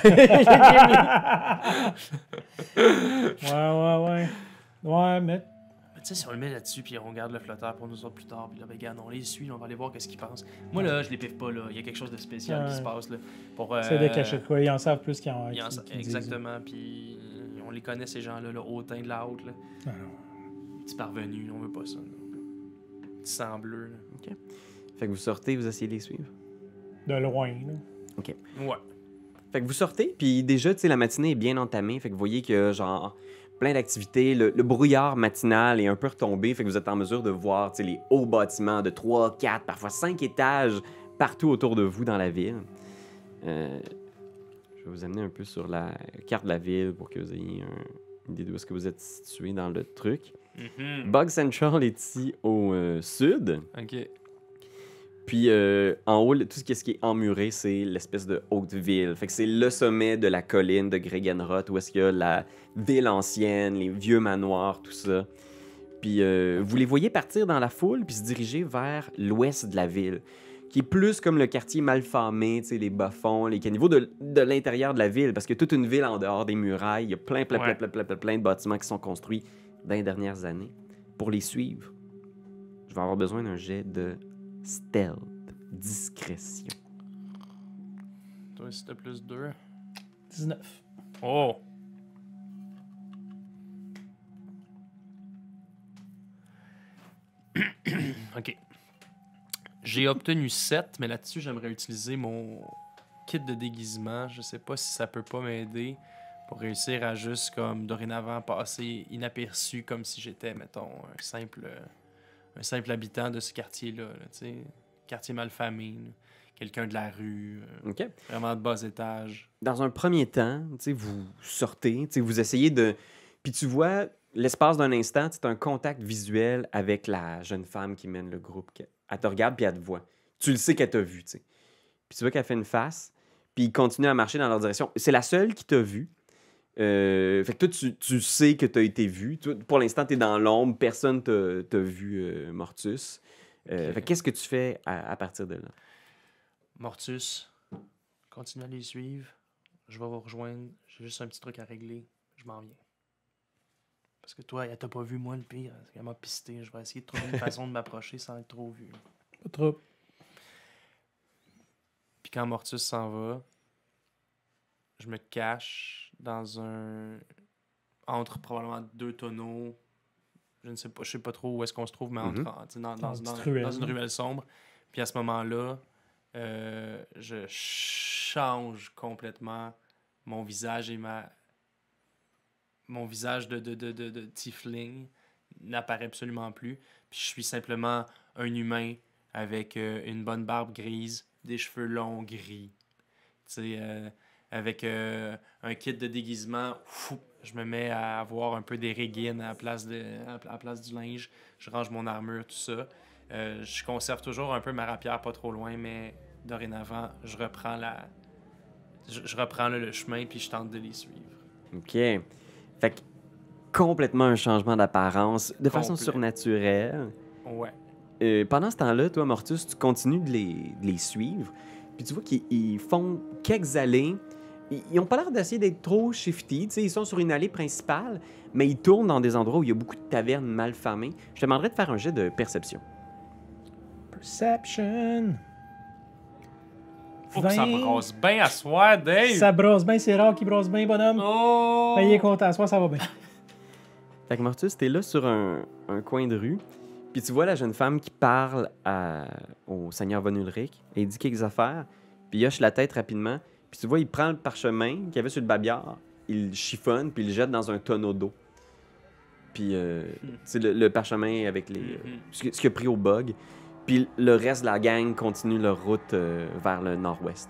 ouais, ouais, ouais. Ouais, mais. Mais tu sais, si on le met là-dessus, puis on garde le flotteur pour nous autres plus tard, puis là, ben, regarde, on les suit, on va aller voir qu'est-ce qu'ils pensent. Moi, là, je les piffe pas, là. Il y a quelque chose de spécial qui Ouais. se passe, là. Pour, euh, C'est de cacher de quoi. Ils en savent plus qu'ils en, ils en- qu'ils- qu'ils disent. Exactement, puis on les connaît, ces gens-là, là, hautain de la haute, là. Ah, non. Petits parvenus, on veut pas ça. là. Petit sang bleu, là. Fait que vous sortez, vous essayez de les suivre. De loin, là. Ouais. Fait que vous sortez, puis déjà, tu sais, la matinée est bien entamée. Fait que vous voyez qu'il y a, genre, plein d'activités. Le, le brouillard matinal est un peu retombé. Fait que vous êtes en mesure de voir, tu sais, les hauts bâtiments de trois, quatre, parfois cinq étages partout autour de vous dans la ville. Euh, je vais vous amener un peu sur la carte de la ville pour que vous ayez un- une idée d'où est-ce que vous êtes situé dans le truc. Mhm. Bug Central est ici au euh, sud. Ok. Puis euh, en haut, le- tout ce qui est, ce qui est emmuré, c'est l'espèce de haute ville. Fait que c'est le sommet de la colline de Gregenroth où est-ce qu'il y a la ville ancienne, les vieux manoirs, tout ça. Puis euh, vous les voyez partir dans la foule puis se diriger vers l'ouest de la ville. qui est plus comme le quartier malfamé, tu sais, les bas-fonds, les caniveaux de, de l'intérieur de la ville, parce que toute une ville en dehors des murailles, il y a plein, plein, Ouais. plein, plein, plein, plein, plein de bâtiments qui sont construits dans les dernières années. Pour les suivre, je vais avoir besoin d'un jet de stealth, discrétion. Toi, si t'as plus deux. dix-neuf. Oh! OK. J'ai obtenu sept, mais là-dessus, j'aimerais utiliser mon kit de déguisement. Je sais pas si ça peut pas m'aider pour réussir à juste, comme, dorénavant, passer inaperçu comme si j'étais, mettons, un simple, un simple habitant de ce quartier-là, là, tu sais. Quartier malfamé, là. Quelqu'un de la rue, euh, OK? vraiment de bas étage. Dans un premier temps, tu sais, vous sortez, tu sais, vous essayez de... Puis tu vois, l'espace d'un instant, c'est un contact visuel avec la jeune femme qui mène le groupe. Elle te regarde, puis elle te voit. Tu le sais qu'elle t'a vu, tu sais. Puis tu vois qu'elle fait une face, puis il continue à marcher dans leur direction. C'est la seule qui t'a vu. Euh, fait que toi, tu, tu sais que tu as été vu. Toi, pour l'instant, tu es dans l'ombre. Personne t'a t'a vu, euh, Mortus. Euh, Ok. Fait que qu'est-ce que tu fais à, à partir de là? Mortus, continue à les suivre. Je vais vous rejoindre. J'ai juste un petit truc à régler. Je m'en viens. Parce que toi, elle t'a pas vu, moi, le pire. Elle m'a pisté. Je vais essayer de trouver une façon de m'approcher sans être trop vu. Pas trop. Puis quand Mortus s'en va, je me cache dans un... entre probablement deux tonneaux. Je ne sais pas, je sais pas trop où est-ce qu'on se trouve, mais entre, Mhm. en- tu sais, dans, Dans dans, une dans- petite ruelle, dans une hein. ruelle sombre. Puis à ce moment-là, euh, je change complètement mon visage et ma... Mon visage de, de, de, de, de tiefling n'apparaît absolument plus. Puis je suis simplement un humain avec euh, une bonne barbe grise, des cheveux longs gris. Tu sais, euh, avec euh, un kit de déguisement, fou, je me mets à avoir un peu des régines à la place, de, à la place du linge. Je range mon armure, tout ça. Euh, je conserve toujours un peu ma rapière pas trop loin, mais dorénavant, je reprends la... Je, je reprends là, le chemin, puis je tente de les suivre. OK. Fait que complètement un changement d'apparence de façon Complet. surnaturelle. Ouais. Euh, pendant ce temps-là, toi, Mortus, tu continues de les, de les suivre. Puis tu vois qu'ils ils font quelques allées. Ils, ils ont pas l'air d'essayer d'être trop shifty. Tu sais, ils sont sur une allée principale, mais ils tournent dans des endroits où il y a beaucoup de tavernes mal famées. Je te demanderais de faire un jet de perception. Perception. Faut que ça vingt. brasse bien à soir, Dave! Ça brosse bien, c'est rare qu'il brosse bien, bonhomme. Oh! Ben, il est content, à soir, ça va bien. Fait que Mortus, t'es là sur un, un coin de rue. Puis tu vois la jeune femme qui parle à- au seigneur Von Ulrich. Et il dit quelques affaires. Puis il hoche la tête rapidement. Puis tu vois, il prend le parchemin qu'il y avait sur le babillard. Il le chiffonne, puis il le jette dans un tonneau d'eau. Puis euh, c'est le, le parchemin avec les, euh, Mhm. ce, qui- ce qui a pris au bug. Puis le reste de la gang continue leur route euh, vers le nord-ouest.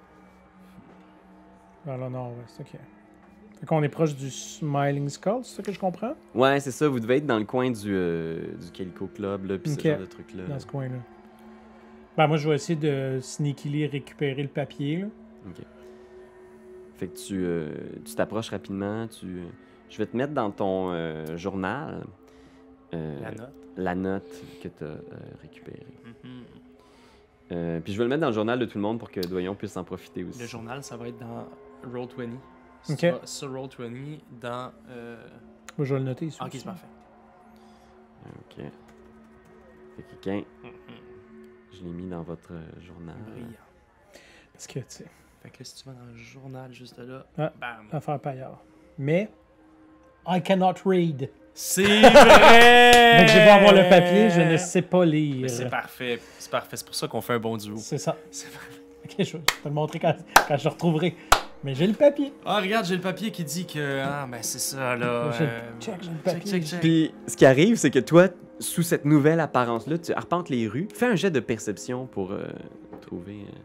Vers le nord-ouest, ok. Fait qu'on est proche du Smiling Skull, c'est ça que je comprends? Ouais, c'est ça. Vous devez être dans le coin du, euh, du Calico Club, là, puis Ok. ce genre de trucs-là. Dans ce coin-là. Ben, moi, je vais essayer de sneakily récupérer le papier, là. OK. Fait que tu euh, tu t'approches rapidement. Tu, je vais te mettre dans ton euh, journal euh, La note. la note que tu as récupérée. Mhm. Euh, puis je vais le mettre dans le journal de tout le monde pour que Doyon puisse en profiter aussi. Le journal, ça va être dans Roll vingt. Ok. Ça va sur Roll vingt, dans... Euh... Moi, je vais le noter ici. Ok, aussi. c'est parfait. OK. Fait que quelqu'un, Mhm. je l'ai mis dans votre euh, journal. Brillant. Parce que, tu sais, Fait que là, si tu vas dans le journal juste là, Ah. bam! affaire paillard. Mais, I cannot read. C'est vrai! Donc, j'ai beau avoir le papier, je ne sais pas lire. Mais c'est parfait. C'est parfait. C'est pour ça qu'on fait un bon duo. C'est ça. C'est parfait. Ok, je vais te le montrer quand, quand je le retrouverai. Mais j'ai le papier. Ah, regarde, j'ai le papier qui dit que... Ah, ben c'est ça, là. J'ai- euh, check, j'ai le check, papier. check, check. Puis ce qui arrive, c'est que toi, sous cette nouvelle apparence-là, tu arpentes les rues. Fais un jet de perception pour euh, trouver... euh,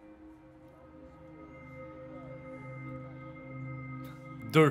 Deux.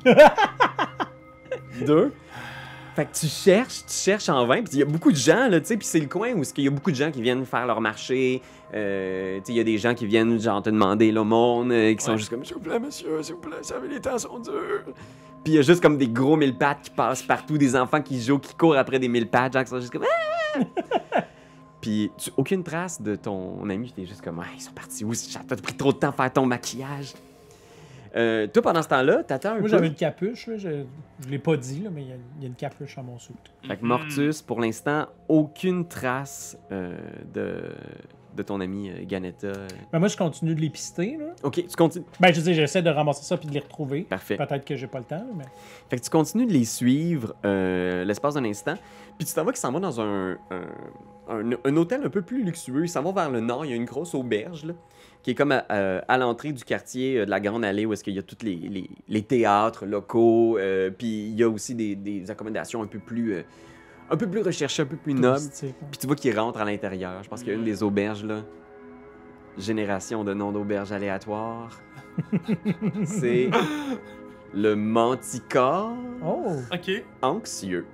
Deux. Fait que tu cherches, tu cherches en vain, puis il y a beaucoup de gens, là, tu sais, puis c'est le coin où il y a beaucoup de gens qui viennent faire leur marché, euh, tu sais, il y a des gens qui viennent, genre, te demander l'aumône, euh, qui sont Ouais. juste comme « S'il vous plaît, monsieur, s'il vous plaît, savez, les temps sont durs. » Puis il y a juste comme des gros mille pattes qui passent partout, des enfants qui jouent, qui courent après des mille pattes, genre, qui sont juste comme « Ah! » Puis tu- aucune trace de ton ami. T'es juste comme, ah, ils sont partis où? Ça t'a pris trop de temps à faire ton maquillage. Euh, toi, pendant ce temps-là, t'attends un Moi, peu. j'avais une capuche, là. Je, je l'ai pas dit, là, mais il y, a- il y a une capuche à mon soute. Fait que Mhm. Mortus, pour l'instant, aucune trace euh, de, de ton ami euh, Ganetta. Ben, moi, je continue de les pister, là. Ok, tu continues. Ben, je veux dire, j'essaie de ramasser ça puis de les retrouver. Parfait. Peut-être que j'ai pas le temps, là, mais... Fait que tu continues de les suivre euh, l'espace d'un instant. Puis tu t'en vas qu'ils s'en vont dans un, un, un, un hôtel un peu plus luxueux. Ils s'en vont vers le nord. Il y a une grosse auberge, là, qui est comme à, à- à l'entrée du quartier euh, de la Grande Allée où est-ce qu'il y a tous les, les, les théâtres locaux. euh, Puis il y a aussi des, des accommodations un peu plus... euh, un peu plus recherchées, un peu plus nobles. touristique, hein. Puis tu vois qu'ils rentrent à l'intérieur. Je pense qu'il y a une des auberges, là. Génération de noms d'auberges aléatoires. C'est le Manticore Oh! Ok. anxieux.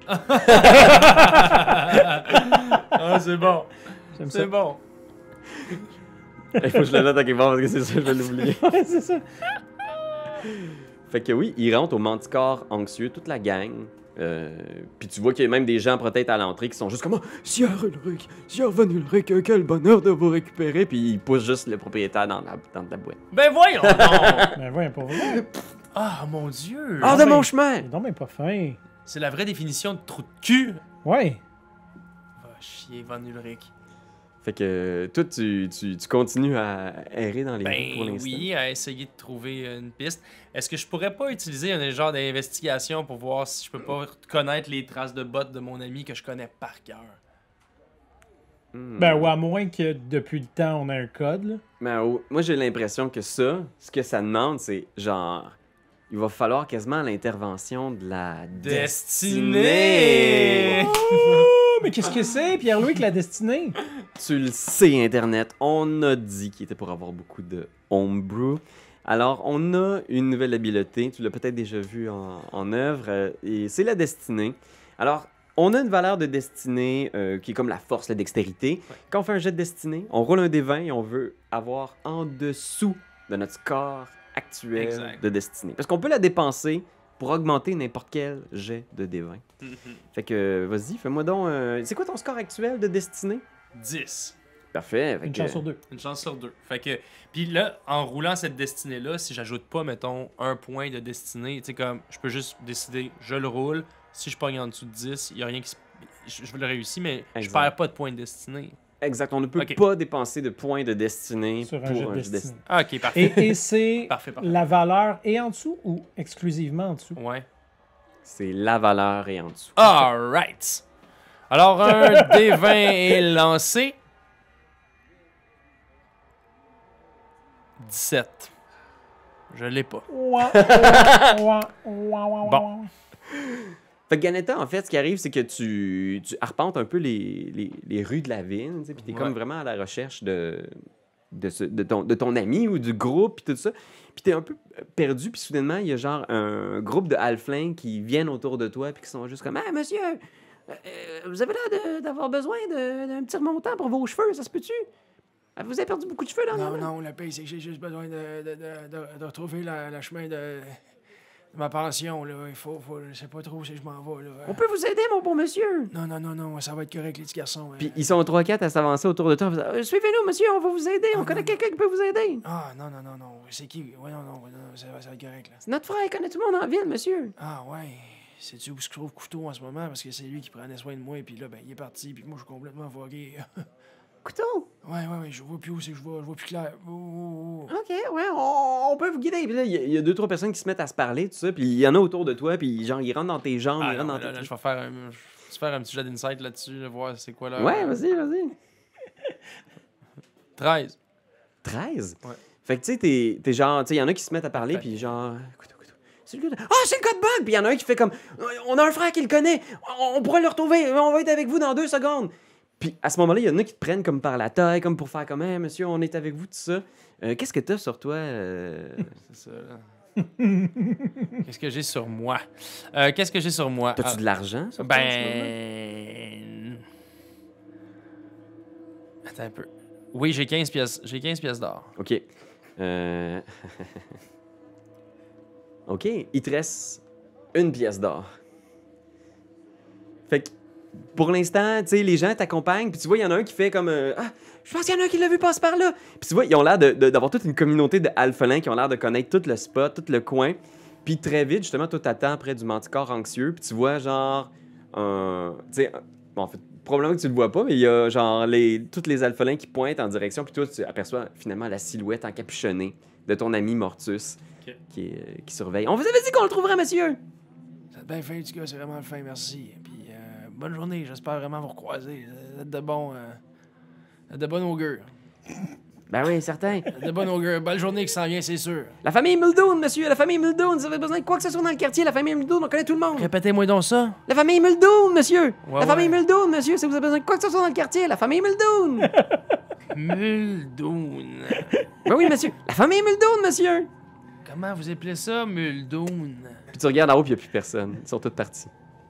Ah, c'est bon. J'aime ça. C'est bon. Il faut que je le note à quelque part parce que c'est ça, je vais l'oublier. Ouais, c'est ça. Fait que oui, ils rentrent au Manticore anxieux, toute la gang. Euh, Puis tu vois qu'il y a même des gens peut-être à l'entrée qui sont juste comme oh, Sieur Ulrich, Sieur Van Ulrich, euh, quel bonheur de vous récupérer. Puis ils poussent juste le propriétaire dans la, dans la boîte. Ben voyons donc. Ben, ouais, pas vrai. Ah, mon Dieu. Ah, ben- de mon chemin! Non, mais pas fin. C'est la vraie définition de trou de cul. Ouais. Va chier, Van Ulrich. Fait que toi, tu, tu, tu continues à errer dans les rues pour Ben l'instant. oui, à essayer de trouver une piste. Est-ce que je pourrais pas utiliser un genre d'investigation pour voir si je peux pas connaître les traces de bottes de mon ami que je connais par cœur? Hmm. Ben, ou à moins que depuis le temps, on a un code, là. Mais oh, moi, j'ai l'impression que ça, ce que ça demande, c'est genre... Il va falloir quasiment l'intervention de la Destinée! Oh, mais qu'est-ce que c'est, Pierre-Louis, que la destinée? Tu le sais, Internet, on a dit qu'il était pour avoir beaucoup de homebrew. Alors, on a une nouvelle habileté, tu l'as peut-être déjà vu en, en œuvre, euh, et c'est la destinée. Alors, on a une valeur de destinée euh, qui est comme la force, la dextérité. Ouais. Quand on fait un jet de destinée, on roule un dé vingt et on veut avoir en dessous de notre score actuel Exact. de destinée. Parce qu'on peut la dépenser pour augmenter n'importe quel jet de dé vingt. Fait que, vas-y, fais-moi donc... euh, C'est quoi ton score actuel de destinée? dix. Parfait. Fait Une que- chance sur deux. Une chance sur deux. Fait que, puis là, en roulant cette destinée-là, si j'ajoute pas, mettons, un point de destinée, tu sais, comme, je peux juste décider, je le roule. Si je pogne en dessous de dix, il y a rien qui se... Je, je le réussis, mais je Exact. perds pas de point de destinée. Exact, on ne peut Ok. pas dépenser de points de destinée Sur un pour jet de un jet de destinée. destinée. Ah, ok, parfait. Et, et c'est Parfait, parfait. la valeur est en dessous ou exclusivement en dessous? Ouais. C'est la valeur et en dessous. Alright. Alors, un D vingt est lancé. dix-sept. Je l'ai pas. Ouah, ouah, ouah, ouah, ouah, Bon. ouah. Fait que Ganetta, en fait, ce qui arrive, c'est que tu, tu arpentes un peu les, les, les rues de la ville, tu sais, puis t'es Ouais. comme vraiment à la recherche de, de, ce- de, ton, de ton ami ou du groupe, puis tout ça. Puis t'es un peu perdu, puis soudainement, il y a genre un groupe de halflings qui viennent autour de toi, puis qui sont juste comme « Ah, monsieur, euh, euh, vous avez l'air de- d'avoir besoin de- d'un petit remontant pour vos cheveux, ça se peut-tu? Ah, vous avez perdu beaucoup de cheveux, là? Non, non, le pire, c'est que j'ai juste besoin de, de, de, de, de retrouver la- le chemin de, de ma pension, là. Il faut, faut, je sais pas trop où c'est que je m'en vais, là. On peut vous aider, mon bon monsieur! » Non, non, non, non, ça va être correct, les petits garçons. hein. Puis ils sont trois quatre à s'avancer autour de toi en faisant Euh, Suivez-nous, monsieur, on va vous aider, on Ah, connaît non. quelqu'un qui peut vous aider. Ah, non, non, non, non. C'est qui? Ouais, non, non, ouais, non, ça, va- ça va être correct, là. C'est notre frère, il connaît tout le monde en ville, monsieur. Ah, ouais. Sais-tu où je trouve couteau en ce moment? Parce que c'est lui qui prenait soin de moi, puis là, ben, il est parti, puis moi, je suis complètement vogué. Couteau. ouais, ouais, ouais, je vois plus où c'est que je vois, je vois plus clair. Oh, oh, oh. OK, ouais, on, on peut vous guider. Puis là, il y, a- il y a deux, trois personnes qui se mettent à se parler, tout ça. Puis il y en a autour de toi, puis genre, ils rentrent dans tes jambes, Ah, ils non, rentrent mais dans là, tes... là, je vais faire un, je vais faire un petit jet d'insight là-dessus, là, voir c'est quoi là. Ouais, vas-y, vas-y. treize. treize? Ouais. Fait que tu sais, t'es, t'es genre, tu sais, il y en a qui se mettent à parler, Ouais. puis genre, couteau, couteau. C'est le gars de... Ah, c'est le gars de Bug! Puis il y en a un qui fait comme, on a un frère qui le connaît, on, on pourra le retrouver, on va être avec vous dans deux secondes. Puis à ce moment-là, il y en a qui te prennent comme par la taille, comme pour faire comme, hey, monsieur, on est avec vous, tout ça. Euh, qu'est-ce que t'as sur toi? euh? C'est ça, là. Qu'est-ce que j'ai sur moi? Euh, Qu'est-ce que j'ai sur moi? T'as-tu Ah, de l'argent sur toi, en ce moment? Ben. Attends un peu. Oui, j'ai quinze pièces. J'ai quinze pièces d'or. OK. Euh... OK, il te reste une pièce d'or. Fait que pour l'instant, tu sais, les gens t'accompagnent, puis tu vois, il y en a un qui fait comme euh, ah, je pense qu'il y en a un qui l'a vu passer par là. Puis tu vois, ils ont l'air de- de- d'avoir toute une communauté de alphelins qui ont l'air de connaître tout le spot, tout le coin. Puis très vite, justement, toi, t'attends près du manticore anxieux, puis tu vois, genre, un. Tu sais, un- bon, en fait, probablement que tu le vois pas, mais il y a, genre, les, tous les alphelins qui pointent en direction, puis toi, tu aperçois finalement la silhouette encapuchonnée de ton ami Mortus Ok. qui, est- qui surveille. On vous avait dit qu'on le trouverait, monsieur! Vous êtes bien fin, du gars, c'est vraiment le fin, merci. Puis, euh, bonne journée, j'espère vraiment vous recroiser. Vous êtes de bons. Euh, vous êtes de bon augure. Ben oui, certain. Vous êtes de bon augure. Belle journée qui s'en vient, c'est sûr. La famille Muldoon, monsieur, la famille Muldoon, vous avez besoin de quoi que ce soit dans le quartier, la famille Muldoon, on connaît tout le monde. Répétez-moi donc ça. La famille Muldoon, monsieur! Ouais, la famille ouais. Muldoon, monsieur, si vous avez besoin de quoi que ce soit dans le quartier, la famille Muldoon! Muldoon. Ben oui, monsieur, la famille Muldoon, monsieur! Comment vous appelez ça, Muldoon? Puis tu regardes en haut, puis il n'y a plus personne. Ils sont tous partis.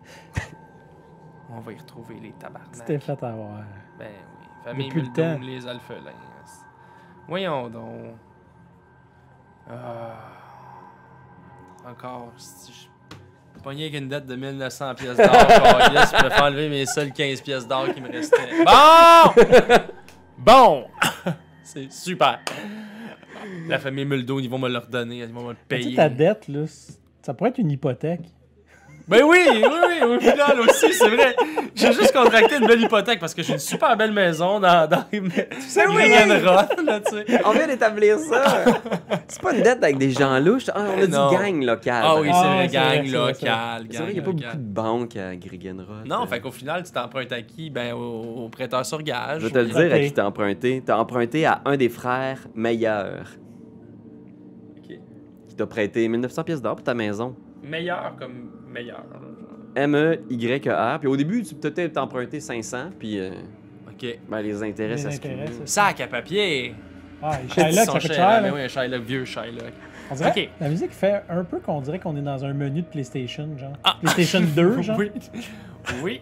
On va y retrouver les tabarnak. Tu t'es fait avoir. Ben oui. Famille Depuis le Muldoon, temps. les alphelins. Voyons donc. Ah. Encore. Si je pognais avec une dette de mille neuf cents pièces d'or, yes, je préfère enlever mes seules quinze pièces d'or qui me restaient. Bon! Bon! C'est super. La famille Muldoon, ils vont me le redonner, ils vont me le Tu sais, payer. ta dette, là, c- ça pourrait être une hypothèque. Ben oui, oui, oui, au final aussi, c'est vrai. J'ai juste contracté une belle hypothèque parce que j'ai une super belle maison dans, dans les C'est oui! Griggenroth, là, tu sais. On vient d'établir ça! C'est pas une dette avec des gens louches. Ah, on a Non. dit gang locale. Ah oui, Ah, c'est vrai, c'est vrai, gang c'est vrai, c'est vrai. local. C'est vrai qu'il n'y a pas beaucoup de banques à Griggenroth. Non, fait qu'au final, tu t'empruntes à qui? Ben, au, au prêteur sur gage. Je vais te le au- dire à Ok. qui t'as emprunté. T'as emprunté à un des frères meilleurs Ok. qui t'a prêté mille neuf cents pièces d'or pour ta maison. Meilleur comme meilleur. là, genre. M E Y E R. Puis au début, tu peux peut-être t'emprunter cinq cents, puis euh, Ok. ben, les intérêts, Les ça se intérêts, cumule. ça. Sac à papier. Ah, et Shylock, Son ça coûte Shylock, cher. mais là. oui, un Shylock, vieux Shylock. On dirait, Ok. La musique fait un peu qu'on dirait qu'on est dans un menu de PlayStation, genre. Ah. PlayStation deux, genre. Oui. Oui.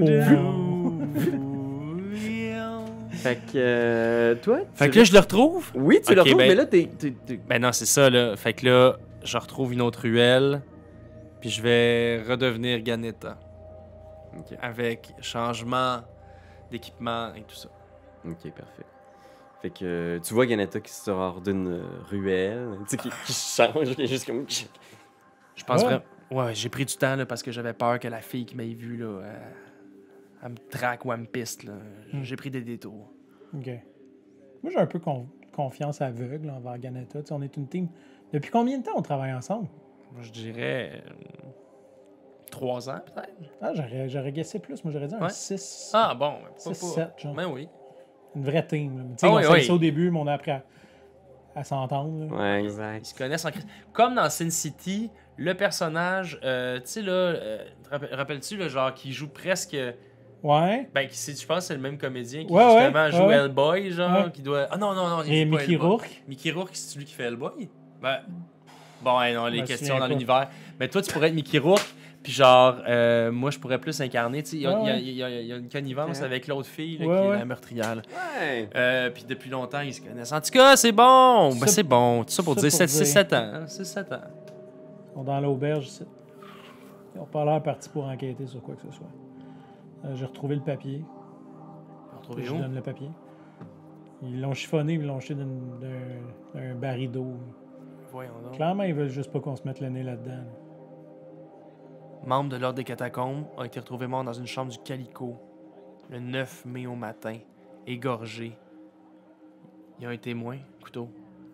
Fait que euh, toi, Fait tu que là, je le retrouve. Oui, tu Ok, le retrouves, ben- mais là, t'es... t'es- t'es- Ben non, c'est ça, là. Fait que là, je retrouve une autre ruelle. Puis je vais redevenir Ganeta. Ok, Avec changement d'équipement et tout ça. ok, parfait. Fait que euh, tu vois Ganetta qui sort d'une euh, ruelle, tu sais, qui, qui change, qui est juste comme... Je pense Ouais. vraiment. Ouais, j'ai pris du temps là, parce que j'avais peur que la fille qui m'ait vu, là, elle, elle me traque ou elle me piste. Là. Hmm. J'ai pris des détours. OK. Moi, j'ai un peu con- confiance aveugle envers Ganetta. Tu sais, on est une team. Depuis combien de temps on travaille ensemble? Moi, je dirais. euh, Trois ans, peut-être. Ah, j'aurais, j'aurais guessé plus. Moi, j'aurais dit un Ouais. six. Ah, bon, mais pourquoi six, pas? sept, genre. Ben oui. Une vraie team. là. Tu sais, Ah on oui, savait oui. ça au début, mais on a appris à, à s'entendre. là. Ouais, Ils exact. se connaissent en crise. Comme dans Sin City, le personnage, euh, tu sais, là, euh, te rappel- rappelles-tu, le genre qui joue presque. Ouais. Ben, qui, c'est- je pense que c'est le même comédien qui Ouais, ouais, justement joue ouais. Hellboy, genre, Ouais. qui doit. Ah non, non, non, il Et joue pas Mickey Hellboy. Rourke. Mickey Rourke, c'est celui qui fait Hellboy? Ben. Bon, ouais, non, les Je me questions souviens dans pas. l'univers. Mais toi, tu pourrais être Mickey Rourke, puis genre, euh, moi, je pourrais plus incarner. Tu sais, il y, a- Ouais, il y a- ouais. il y a- il y a une connivence Ouais. avec l'autre fille, là, Ouais, qui est ouais. la meurtrière. là. Ouais. Euh, puis depuis longtemps, ils se connaissent. En tout cas, c'est bon! Ben, Ça- c'est bon. Tout ça pour ça dire pour sept- six dire. sept ans. hein, six sept ans. On est dans l'auberge ici. Ils n'ont pas l'air partis pour enquêter sur quoi que ce soit. Euh, j'ai retrouvé le papier. On va retrouver Je où? donne le papier. Ils l'ont chiffonné, ils l'ont jeté d'une- d'un d'un baril d'eau. Voyons donc. Clairement, ils veulent juste pas qu'on se mette le nez là-dedans. Membre de l'Ordre des Catacombes a été retrouvé mort dans une chambre du Calico le neuf mai au matin, égorgé. Il y a un témoin, couteau.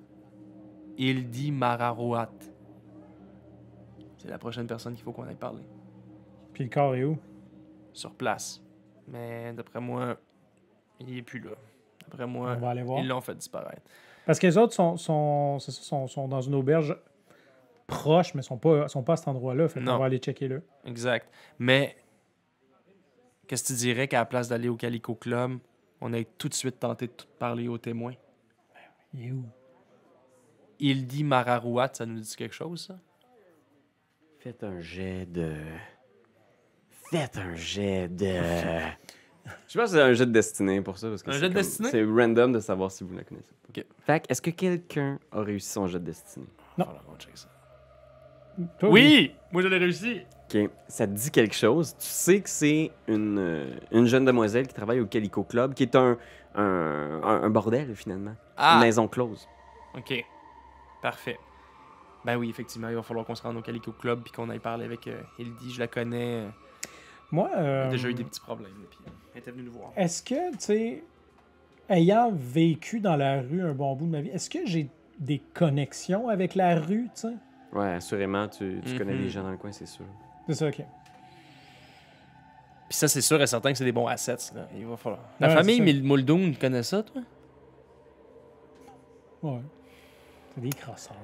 Il dit Mararoat. C'est la prochaine personne qu'il faut qu'on aille parler. Puis le corps est où? Sur place. Mais d'après moi, il est plus là. D'après moi, On va aller voir. ils l'ont fait disparaître. Parce que les autres sont, sont, c'est ça, sont, sont dans une auberge proche, mais sont pas, sont pas à cet endroit-là. Fait qu'on Non. va aller checker là. Exact. Mais, qu'est-ce que tu dirais qu'à la place d'aller au Calico Club, on ait tout de suite tenté de tout parler aux témoins? Il est où? Il dit Mararouat, ça nous dit quelque chose, ça? Faites un jet de... Faites un jet de... Je pense que c'est un jet de destinée pour ça. Parce que Un c'est jet de comme- destinée? C'est random de savoir si vous la connaissez. Ok. Fait que, est-ce que quelqu'un a réussi son jet de destinée? Non. Voilà, on check ça. Toi, Oui! Moi, je l'ai réussi! OK. Ça te dit quelque chose. Tu sais que c'est une, euh, une jeune demoiselle qui travaille au Calico Club, qui est un, un, un, un bordel, finalement. Ah! Une maison close. OK. Parfait. Ben oui, effectivement, il va falloir qu'on se rende au Calico Club puis qu'on aille parler avec euh, Hildy. Je la connais. Moi, Elle euh, a déjà eu des petits problèmes. là, Puis elle était venue nous voir. est-ce que, tu sais, ayant vécu dans la rue un bon bout de ma vie, est-ce que j'ai des connexions avec la rue, tu sais? Ouais, assurément, tu, tu connais Mhm. des gens dans le coin, c'est sûr. C'est ça, OK. Puis ça, c'est sûr et certain que c'est des bons assets. Là. Il va falloir. La Ouais, famille c'est ça. Mil- Muldoon, tu connais ça, toi? Ouais. C'est des crosseurs.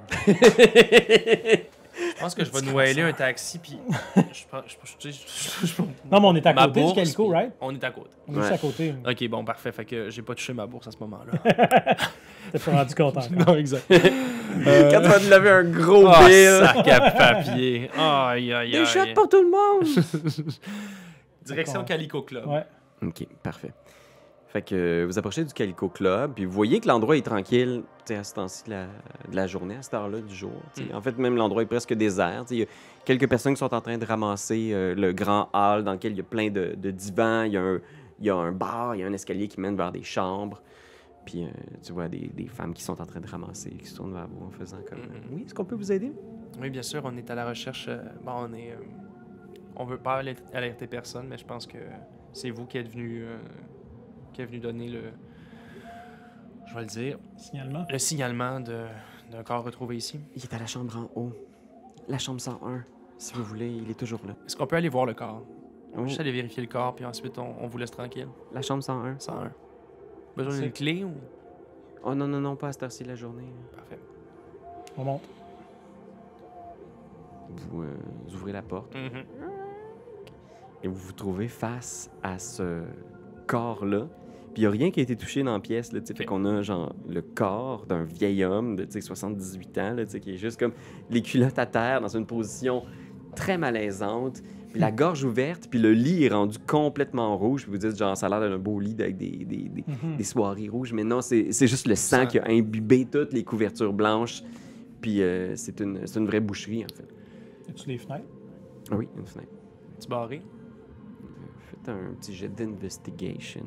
Je pense que je vais nous aller un taxi, puis je prends. Je, je, je, je- je- Non, mais on est à ma côté du bourse, Calico, puis right? On est à côté. On est juste Ouais. à côté. Ok, bon, parfait. Fait que j'ai pas touché ma bourse à ce moment-là. T'es pas rendu compte encore. non, exact. Quand tu vas te lever un gros Oh, bill. sac à papier. Aïe, aïe, Des aïe. shots pour tout le monde! Direction Calico Club. Ouais. OK, parfait. Fait que euh, vous approchez du Calico Club, puis vous voyez que l'endroit est tranquille, tu sais, à ce temps-ci de la, de la journée, à cette heure-là du jour. tu sais. Mm. En fait, même l'endroit est presque désert. tu sais. Il y a quelques personnes qui sont en train de ramasser euh, le grand hall dans lequel il y a plein de, de divans, il y, a un, il y a un bar, il y a un escalier qui mène vers des chambres. Puis euh, tu vois des, des femmes qui sont en train de ramasser, qui se tournent vers vous en faisant comme euh, Mm-mm. Oui, est-ce qu'on peut vous aider? Oui, bien sûr, on est à la recherche. euh, bon, on est. euh, on veut pas aler- alerter personne, mais je pense que c'est vous qui êtes venu. euh, qui est venu donner le. Je vais le dire. Signalement. Le signalement de- d'un corps retrouvé ici. Il est à la chambre en haut. La chambre cent un. Si vous voulez, il est toujours là. Est-ce qu'on peut aller voir le corps? Oh, Juste aller vérifier le corps, puis ensuite on, on vous laisse tranquille. la chambre cent un. cent un. Besoin C'est- d'une clé ou. Oh non, non, non, pas à cette heure-ci de la journée. Parfait. On monte. Vous, euh, vous ouvrez la porte. Mhm. Et vous vous trouvez face à ce corps-là. Puis il n'y a rien qui a été touché dans la pièce. Là, tu sais. Fait qu'on a genre le corps d'un vieil homme de tu sais, soixante-dix-huit ans là, tu sais, qui est juste comme les culottes à terre dans une position très malaisante. Puis la gorge ouverte, puis le lit est rendu complètement rouge. Puis vous dites, genre, ça a l'air d'un beau lit avec des, des, des, Mhm. des soirées rouges. Mais non, c'est c'est juste le sang Sang. qui a imbibé toutes les couvertures blanches. Puis euh, c'est une, c'est une vraie boucherie, en fait. As-tu des fenêtres? Ah oui, une fenêtre. Tu barré? Faites un petit jet d'investigation.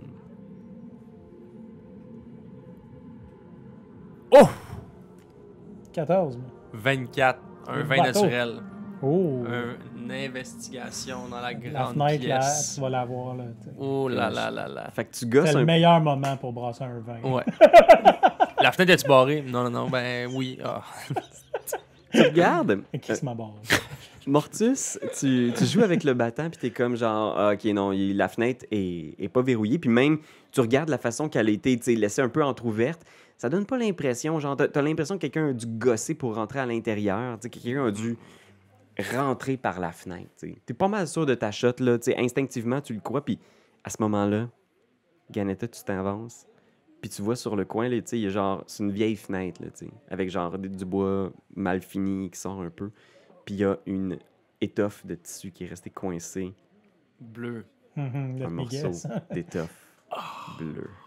Oh! quatorze, moi. vingt-quatre. Un Le vin bateau. naturel. Oh! Un- une investigation dans la la grande fenêtre, là, pièce. tu vas la voir, là. tu sais. Oh là là là là. Fait que tu gosses C'est un le meilleur moment pour brasser un vin. Ouais. La fenêtre est-tu barrée? Non, non, non. Ben oui. Ah. tu regardes. Et qui euh, se m'abarre? Mortus, tu, tu joues avec le battant, puis t'es comme genre, ah, ok, non, il- la fenêtre est, est pas verrouillée. Puis même, tu regardes la façon qu'elle a été tu sais, laissée un peu entrouverte. Ça donne pas l'impression, genre, t'as, t'as l'impression que quelqu'un a dû gosser pour rentrer à l'intérieur. Tu sais, que quelqu'un a dû rentrer par la fenêtre. Tu sais. T'es pas mal sûr de ta shot, là. Tu sais, instinctivement, tu le crois. Puis à ce moment-là, Ganetta, tu t'avances. Puis tu vois sur le coin, là, tu sais, il y a genre, c'est une vieille fenêtre, là, tu sais, avec genre du du bois mal fini qui sort un peu. Puis il y a une étoffe de tissu qui est restée coincée, Bleu. Mhm, un le morceau Vegas. d'étoffe bleu.